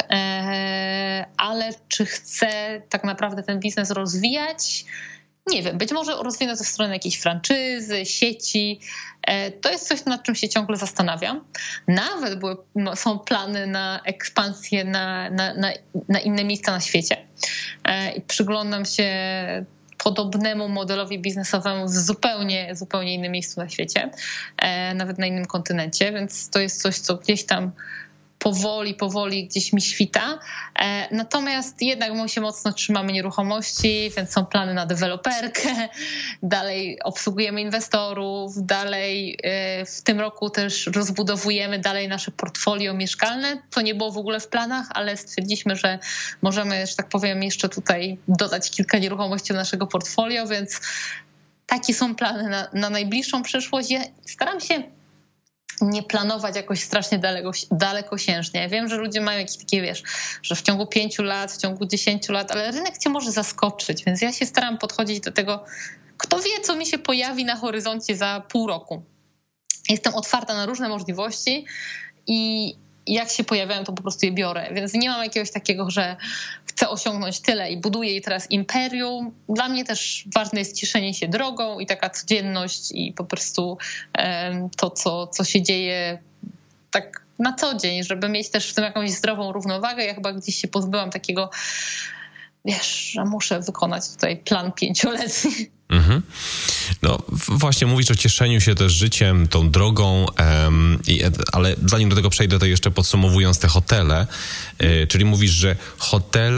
ale czy chcę tak naprawdę ten biznes rozwijać? Nie wiem, być może rozwinę ze strony jakiejś franczyzy, sieci. To jest coś, nad czym się ciągle zastanawiam. Nawet były, no, są plany na ekspansję na, na, na, na inne miejsca na świecie. I przyglądam się podobnemu modelowi biznesowemu w zupełnie, zupełnie innym miejscu na świecie, nawet na innym kontynencie, więc to jest coś, co gdzieś tam powoli, powoli gdzieś mi świta. Natomiast jednak my się mocno trzymamy nieruchomości, więc są plany na deweloperkę, dalej obsługujemy inwestorów, dalej w tym roku też rozbudowujemy dalej nasze portfolio mieszkalne. To nie było w ogóle w planach, ale stwierdziliśmy, że możemy, że tak powiem, jeszcze tutaj dodać kilka nieruchomości do naszego portfolio, więc takie są plany na, na najbliższą przyszłość. Ja staram się nie planować jakoś strasznie daleko, dalekosiężnie. Ja wiem, że ludzie mają jakieś takie, wiesz, że w ciągu pięciu lat, w ciągu dziesięciu lat, ale rynek cię może zaskoczyć, więc ja się staram podchodzić do tego, kto wie, co mi się pojawi na horyzoncie za pół roku. Jestem otwarta na różne możliwości i jak się pojawiają, to po prostu je biorę. Więc nie mam jakiegoś takiego, że chcę osiągnąć tyle i buduję jej teraz imperium. Dla mnie też ważne jest cieszenie się drogą i taka codzienność i po prostu um, to, co, co się dzieje tak na co dzień, żeby mieć też w tym jakąś zdrową równowagę. Ja chyba gdzieś się pozbyłam takiego, wiesz, że muszę wykonać tutaj plan pięcioletni. Mhm. No właśnie mówisz o cieszeniu się też życiem, tą drogą, um, i, ale zanim do tego przejdę, to jeszcze podsumowując te hotele, y, czyli mówisz, że hotele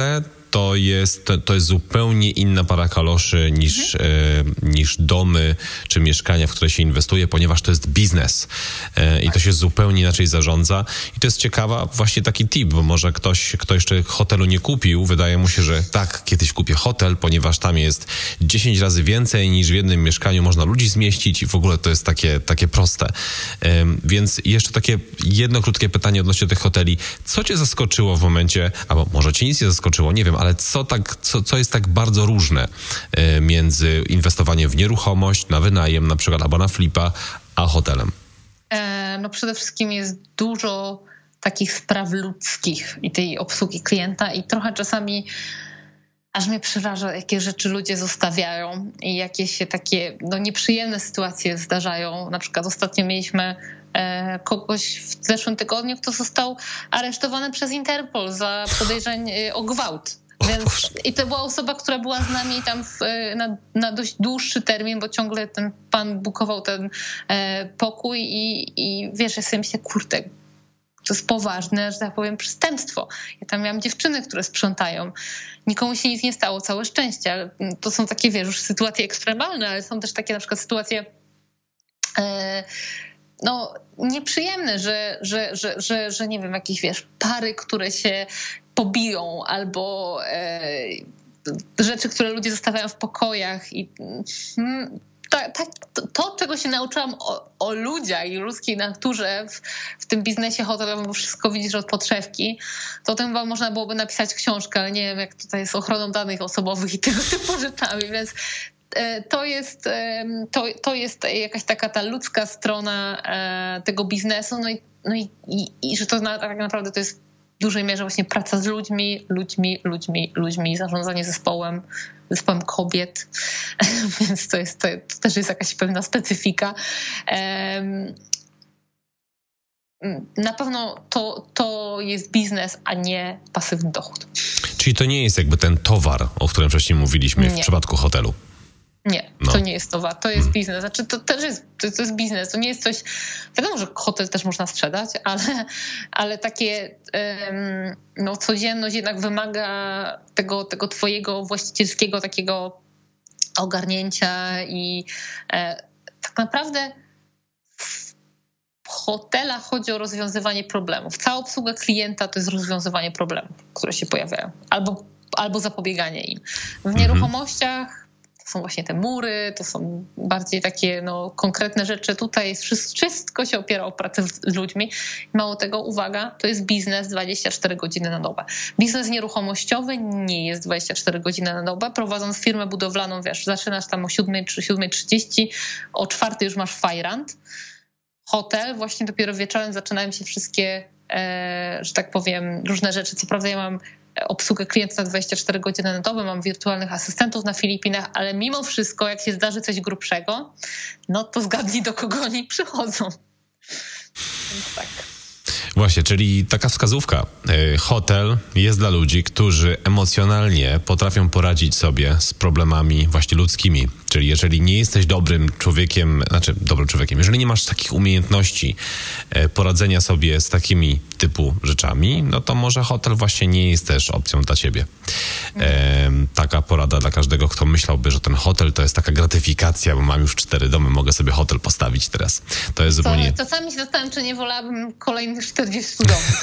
to jest, to jest zupełnie inna para kaloszy niż, mhm. e, niż domy czy mieszkania, w które się inwestuje, ponieważ to jest biznes e, i to się zupełnie inaczej zarządza. I to jest ciekawa właśnie taki tip, bo może ktoś, kto jeszcze hotelu nie kupił, wydaje mu się, że tak, kiedyś kupię hotel, ponieważ tam jest dziesięć razy więcej niż w jednym mieszkaniu można ludzi zmieścić i w ogóle to jest takie, takie proste. E, więc jeszcze takie jedno krótkie pytanie odnośnie tych hoteli. Co cię zaskoczyło w momencie, albo może cię nic nie zaskoczyło, nie wiem, ale co, tak, co, co jest tak bardzo różne e, między inwestowaniem w nieruchomość, na wynajem na przykład, albo na flipa, a hotelem? E, no przede wszystkim jest dużo takich spraw ludzkich i tej obsługi klienta i trochę czasami aż mnie przeraża, jakie rzeczy ludzie zostawiają i jakie się takie no, nieprzyjemne sytuacje zdarzają. Na przykład ostatnio mieliśmy e, kogoś w zeszłym tygodniu, kto został aresztowany przez Interpol za podejrzeń o gwałt. Więc, i to była osoba, która była z nami tam w, na, na dość dłuższy termin, bo ciągle ten pan bukował ten e, pokój i, i wiesz, ja sobie myślę, kurde, to jest poważne, że tak powiem, przestępstwo. Ja tam miałam dziewczyny, które sprzątają. Nikomu się nic nie stało, całe szczęście. Ale to są takie, wiesz, już sytuacje ekstremalne, ale są też takie na przykład sytuacje e, no, nieprzyjemne, że, że, że, że, że nie wiem, jakieś, wiesz, pary, które się pobiją albo e, rzeczy, które ludzie zostawiają w pokojach i mm, Ta, ta, to, czego się nauczyłam o, o ludziach i ludzkiej naturze w, w tym biznesie hotelowym, bo wszystko widzisz od podszewki, to o tym chyba można byłoby napisać książkę, ale nie wiem, jak tutaj z ochroną danych osobowych i tego typu rzeczami, więc to jest, to, to jest jakaś taka ta ludzka strona tego biznesu, no i, no i, i, i że to na, tak naprawdę to jest w dużej mierze właśnie praca z ludźmi, ludźmi, ludźmi, ludźmi, zarządzanie zespołem, zespołem kobiet, więc to, jest, to, to też jest jakaś pewna specyfika. Na pewno to, to jest biznes, a nie pasywny dochód. Czyli to nie jest jakby ten towar, o którym wcześniej mówiliśmy nie. w przypadku hotelu. Nie, no. To nie jest towar, to jest biznes. Znaczy to też jest, to, to jest biznes, to nie jest coś, wiadomo, że hotel też można sprzedać, ale, ale takie um, no, codzienność jednak wymaga tego, tego twojego właścicielskiego takiego ogarnięcia i e, tak naprawdę w hotelach chodzi o rozwiązywanie problemów. Cała obsługa klienta to jest rozwiązywanie problemów, które się pojawiają, albo, albo zapobieganie im. W nieruchomościach są właśnie te mury, to są bardziej takie no, konkretne rzeczy. Tutaj jest wszystko się opiera o pracę z ludźmi. Mało tego, uwaga, to jest biznes dwadzieścia cztery godziny na dobę. Biznes nieruchomościowy nie jest dwadzieścia cztery godziny na dobę. Prowadząc firmę budowlaną, wiesz, zaczynasz tam o siódmej czy siódmej trzydzieści, o czwartej już masz fajrant. Hotel, właśnie dopiero wieczorem zaczynają się wszystkie, e, że tak powiem, różne rzeczy. Co prawda ja mam obsługę klienta na dwadzieścia cztery godziny na dobę, mam wirtualnych asystentów na Filipinach, ale mimo wszystko, jak się zdarzy coś grubszego, no to zgadnij, do kogo oni przychodzą. Więc tak. Właśnie, czyli taka wskazówka. Hotel jest dla ludzi, którzy emocjonalnie potrafią poradzić sobie z problemami właśnie ludzkimi. Czyli jeżeli nie jesteś dobrym człowiekiem, znaczy dobrym człowiekiem, jeżeli nie masz takich umiejętności poradzenia sobie z takimi typu rzeczami, no to może hotel właśnie nie jest też opcją dla ciebie. E, taka porada dla każdego, kto myślałby, że ten hotel to jest taka gratyfikacja, bo mam już cztery domy, mogę sobie hotel postawić teraz. To jest zupełnie... To, czasami się zastanawiam, czy nie wolałabym kolejnych czterdziestu domów.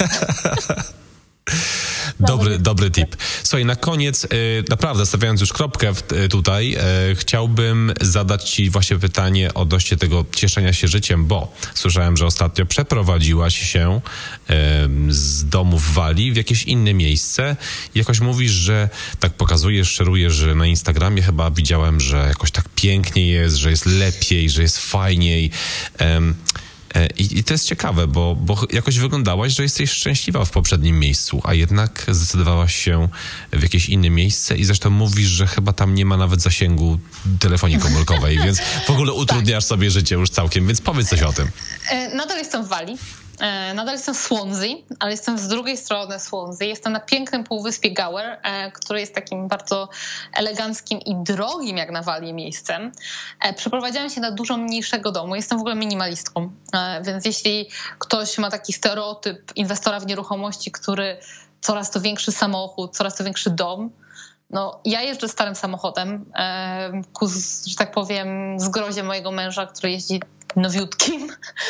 Dobry, dobry tip. Słuchaj, na koniec, naprawdę stawiając już kropkę tutaj, chciałbym zadać ci właśnie pytanie odnośnie tego cieszenia się życiem, bo słyszałem, że ostatnio przeprowadziłaś się z domu w Walii w jakieś inne miejsce. Jakoś mówisz, że tak pokazujesz, szerujesz, że na Instagramie chyba widziałem, że jakoś tak pięknie jest, że jest lepiej, że jest fajniej. I, I to jest ciekawe, bo, bo jakoś wyglądałaś, że jesteś szczęśliwa w poprzednim miejscu, a jednak zdecydowałaś się w jakieś inne miejsce i zresztą mówisz, że chyba tam nie ma nawet zasięgu telefonii komórkowej, więc w ogóle utrudniasz tak. sobie życie już całkiem, więc powiedz coś o tym. Nadal jestem w Walii. Nadal jestem w Swansea, ale jestem z drugiej strony Swansea. Jestem na pięknym półwyspie Gower, który jest takim bardzo eleganckim i drogim jak na Walii miejscem. Przeprowadziłam się na dużo mniejszego domu. Jestem w ogóle minimalistką, więc jeśli ktoś ma taki stereotyp inwestora w nieruchomości, który coraz to większy samochód, coraz to większy dom. No, ja jeżdżę starym samochodem, ku, że tak powiem, zgrozie mojego męża, który jeździ nowiutkim.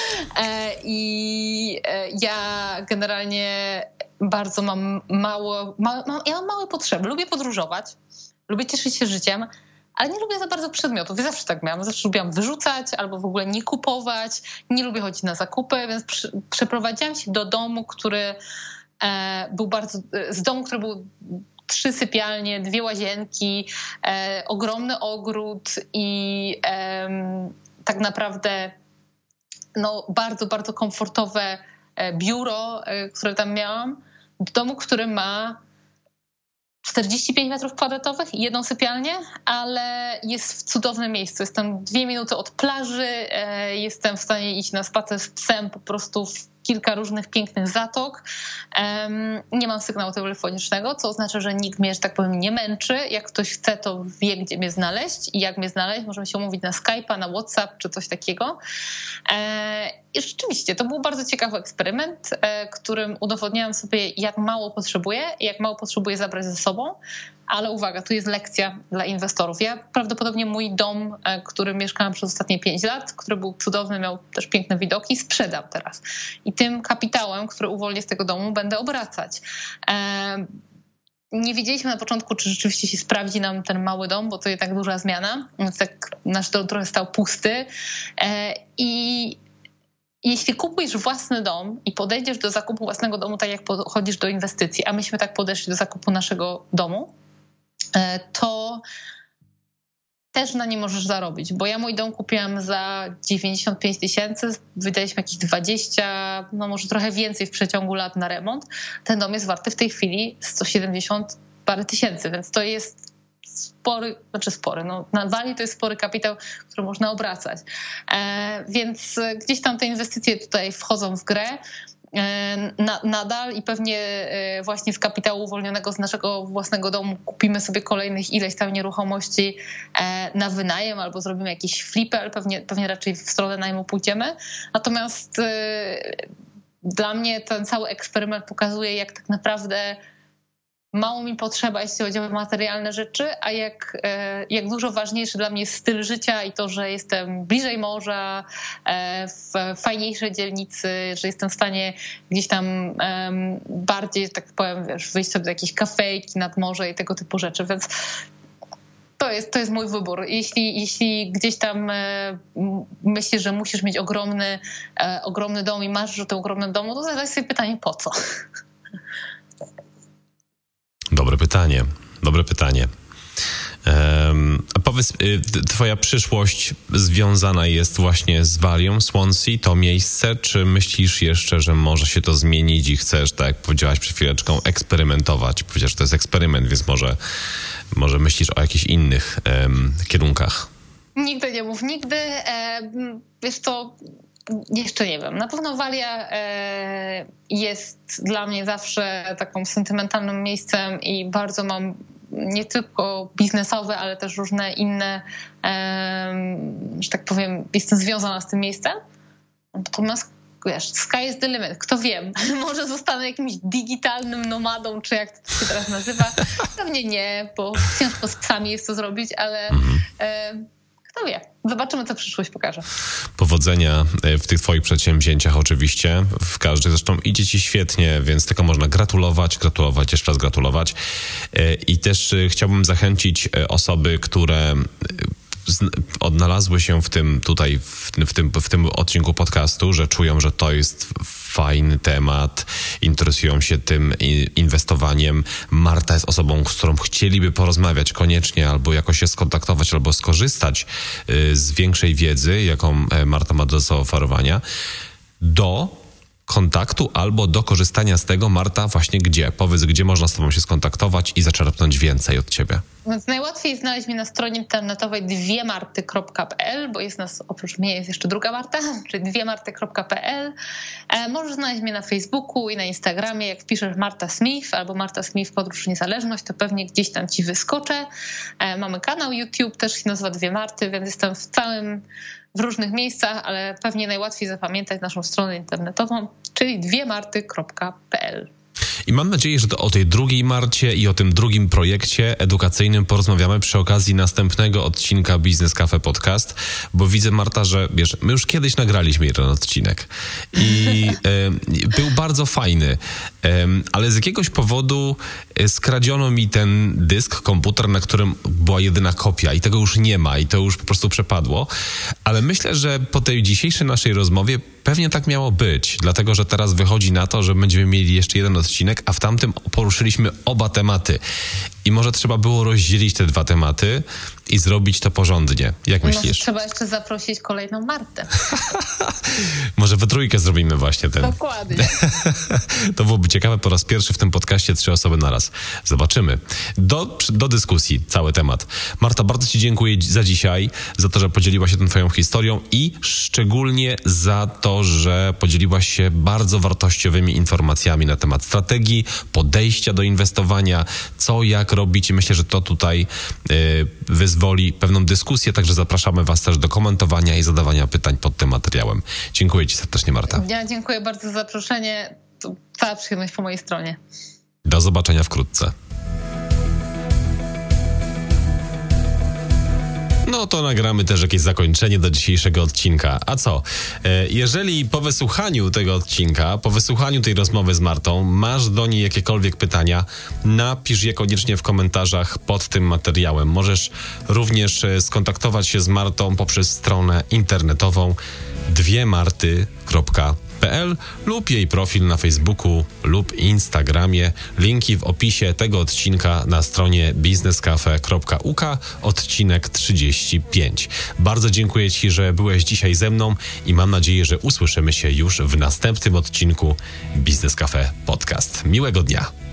I ja generalnie bardzo mam mało, ma, mam, ja mam małe potrzeby. Lubię podróżować, lubię cieszyć się życiem, ale nie lubię za bardzo przedmiotów. Ja zawsze tak miałam. Zawsze lubiłam wyrzucać albo w ogóle nie kupować. Nie lubię chodzić na zakupy, więc przy, przeprowadziłam się do domu, który e, był bardzo... Z domu, który był trzy sypialnie, dwie łazienki, e, ogromny ogród i e, tak naprawdę no, bardzo, bardzo komfortowe biuro, e, które tam miałam. Do domu, który ma czterdzieści pięć metrów kwadratowych i jedną sypialnię, ale jest w cudownym miejscu. Jestem dwie minuty od plaży, jestem w stanie iść na spacer z psem po prostu w kilka różnych pięknych zatok. Nie mam sygnału telefonicznego, co oznacza, że nikt mnie, że tak powiem, nie męczy. Jak ktoś chce, to wie, gdzie mnie znaleźć i jak mnie znaleźć. Możemy się umówić na Skype'a, na WhatsApp czy coś takiego. I rzeczywiście, to był bardzo ciekawy eksperyment, którym udowodniałam sobie, jak mało potrzebuję i jak mało potrzebuję zabrać ze sobą. Ale uwaga, tu jest lekcja dla inwestorów. Ja prawdopodobnie mój dom, w którym mieszkałam przez ostatnie pięć lat, który był cudowny, miał też piękne widoki, sprzedam teraz. I tym kapitałem, który uwolnię z tego domu, będę obracać. Nie wiedzieliśmy na początku, czy rzeczywiście się sprawdzi nam ten mały dom, bo to jest tak duża zmiana. Więc tak nasz dom trochę stał pusty. I jeśli kupujesz własny dom i podejdziesz do zakupu własnego domu tak jak podchodzisz do inwestycji, a myśmy tak podeszli do zakupu naszego domu, to też na nie możesz zarobić, bo ja mój dom kupiłam za dziewięćdziesiąt pięć tysięcy, wydaliśmy jakieś dwadzieścia, no może trochę więcej w przeciągu lat na remont. Ten dom jest warty w tej chwili sto siedemdziesiąt parę tysięcy, więc to jest spory, znaczy spory, no na Walii to jest spory kapitał, który można obracać. E, więc gdzieś tam te inwestycje tutaj wchodzą w grę. Na, nadal i pewnie właśnie z kapitału uwolnionego z naszego własnego domu kupimy sobie kolejnych ileś tam nieruchomości na wynajem albo zrobimy jakiś flipper, ale pewnie, pewnie raczej w stronę najmu pójdziemy. Natomiast dla mnie ten cały eksperyment pokazuje, jak tak naprawdę mało mi potrzeba, jeśli chodzi o materialne rzeczy, a jak, jak dużo ważniejszy dla mnie jest styl życia i to, że jestem bliżej morza, w fajniejszej dzielnicy, że jestem w stanie gdzieś tam bardziej, tak powiem, wiesz, wyjść sobie do jakiejś kafejki nad morze i tego typu rzeczy, więc to jest, to jest mój wybór. Jeśli, jeśli gdzieś tam myślisz, że musisz mieć ogromny, ogromny dom i masz o tym ogromnym domu, to zadaj sobie pytanie, po co? Dobre pytanie, dobre pytanie. Um, a powiedz, twoja przyszłość związana jest właśnie z Walią, Swansea, to miejsce, czy myślisz jeszcze, że może się to zmienić i chcesz, tak jak powiedziałaś przed chwileczką, eksperymentować? Powiedziałeś, że to jest eksperyment, więc może, może myślisz o jakichś innych um, kierunkach? Nigdy nie mów nigdy. E, wiesz to... Jeszcze nie wiem. Na pewno Walia jest dla mnie zawsze taką sentymentalnym miejscem i bardzo mam nie tylko biznesowe, ale też różne inne, że tak powiem, jestem związana z tym miejscem. Natomiast wiesz, sky is the limit. Kto wie, może zostanę jakimś digitalnym nomadą, czy jak to się teraz nazywa. Pewnie nie, bo ciężko z psami jest to zrobić, ale... Kto wie? Zobaczymy, co przyszłość pokaże. Powodzenia w tych twoich przedsięwzięciach oczywiście. W każdej zresztą idzie ci świetnie, więc tylko można gratulować, gratulować, jeszcze raz gratulować. I też chciałbym zachęcić osoby, które odnalazły się w tym tutaj, w, w, tym, w tym odcinku podcastu, że czują, że to jest fajny temat, interesują się tym inwestowaniem. Marta jest osobą, z którą chcieliby porozmawiać koniecznie, albo jakoś się skontaktować, albo skorzystać z większej wiedzy, jaką Marta ma do zaoferowania. Do kontaktu albo do korzystania z tego, Marta, właśnie gdzie? Powiedz, gdzie można z tobą się skontaktować i zaczerpnąć więcej od ciebie. Więc najłatwiej znaleźć mnie na stronie internetowej dwie marty kropka p l, bo jest nas, oprócz mnie jest jeszcze druga Marta, czyli dwie marty kropka p l. E, możesz znaleźć mnie na Facebooku i na Instagramie. Jak wpiszesz Marta Smith albo Marta Smith Podróż Niezależność, to pewnie gdzieś tam ci wyskoczę. E, mamy kanał YouTube, też się nazywa Dwie Marty, więc jestem w całym w różnych miejscach, ale pewnie najłatwiej zapamiętać naszą stronę internetową, czyli dwie marty kropka p l. I mam nadzieję, że to o tej drugiej Marcie i o tym drugim projekcie edukacyjnym porozmawiamy przy okazji następnego odcinka Biznes Cafe Podcast, bo widzę, Marta, że wiesz, my już kiedyś nagraliśmy jeden odcinek i e, był bardzo fajny, e, ale z jakiegoś powodu skradziono mi ten dysk, komputer, na którym była jedyna kopia i tego już nie ma i to już po prostu przepadło, ale myślę, że po tej dzisiejszej naszej rozmowie pewnie tak miało być, dlatego że teraz wychodzi na to, że będziemy mieli jeszcze jeden odcinek, a w tamtym poruszyliśmy oba tematy. I może trzeba było rozdzielić te dwa tematy i zrobić to porządnie. Jak no, myślisz? Trzeba jeszcze zaprosić kolejną Martę. Może we trójkę zrobimy właśnie ten. Dokładnie. To byłoby ciekawe, po raz pierwszy w tym podcaście trzy osoby naraz. Zobaczymy. Do, do dyskusji cały temat. Marta, bardzo Ci dziękuję za dzisiaj, za to, że podzieliłaś się tą Twoją historią i szczególnie za to, że podzieliłaś się bardzo wartościowymi informacjami na temat strategii, podejścia do inwestowania, co, jak robić i myślę, że to tutaj y, wyzwoli pewną dyskusję, także zapraszamy Was też do komentowania i zadawania pytań pod tym materiałem. Dziękuję Ci serdecznie, Marta. Ja dziękuję bardzo za zaproszenie. To cała przyjemność po mojej stronie. Do zobaczenia wkrótce. No to nagramy też jakieś zakończenie do dzisiejszego odcinka. A co? Jeżeli po wysłuchaniu tego odcinka, po wysłuchaniu tej rozmowy z Martą, masz do niej jakiekolwiek pytania, napisz je koniecznie w komentarzach pod tym materiałem. Możesz również skontaktować się z Martą poprzez stronę internetową dwie marty kropka p l lub jej profil na Facebooku lub Instagramie. Linki w opisie tego odcinka na stronie biznescafe kropka u k, odcinek trzydzieści pięć. Bardzo dziękuję Ci, że byłeś dzisiaj ze mną i mam nadzieję, że usłyszymy się już w następnym odcinku Biznes Cafe Podcast. Miłego dnia.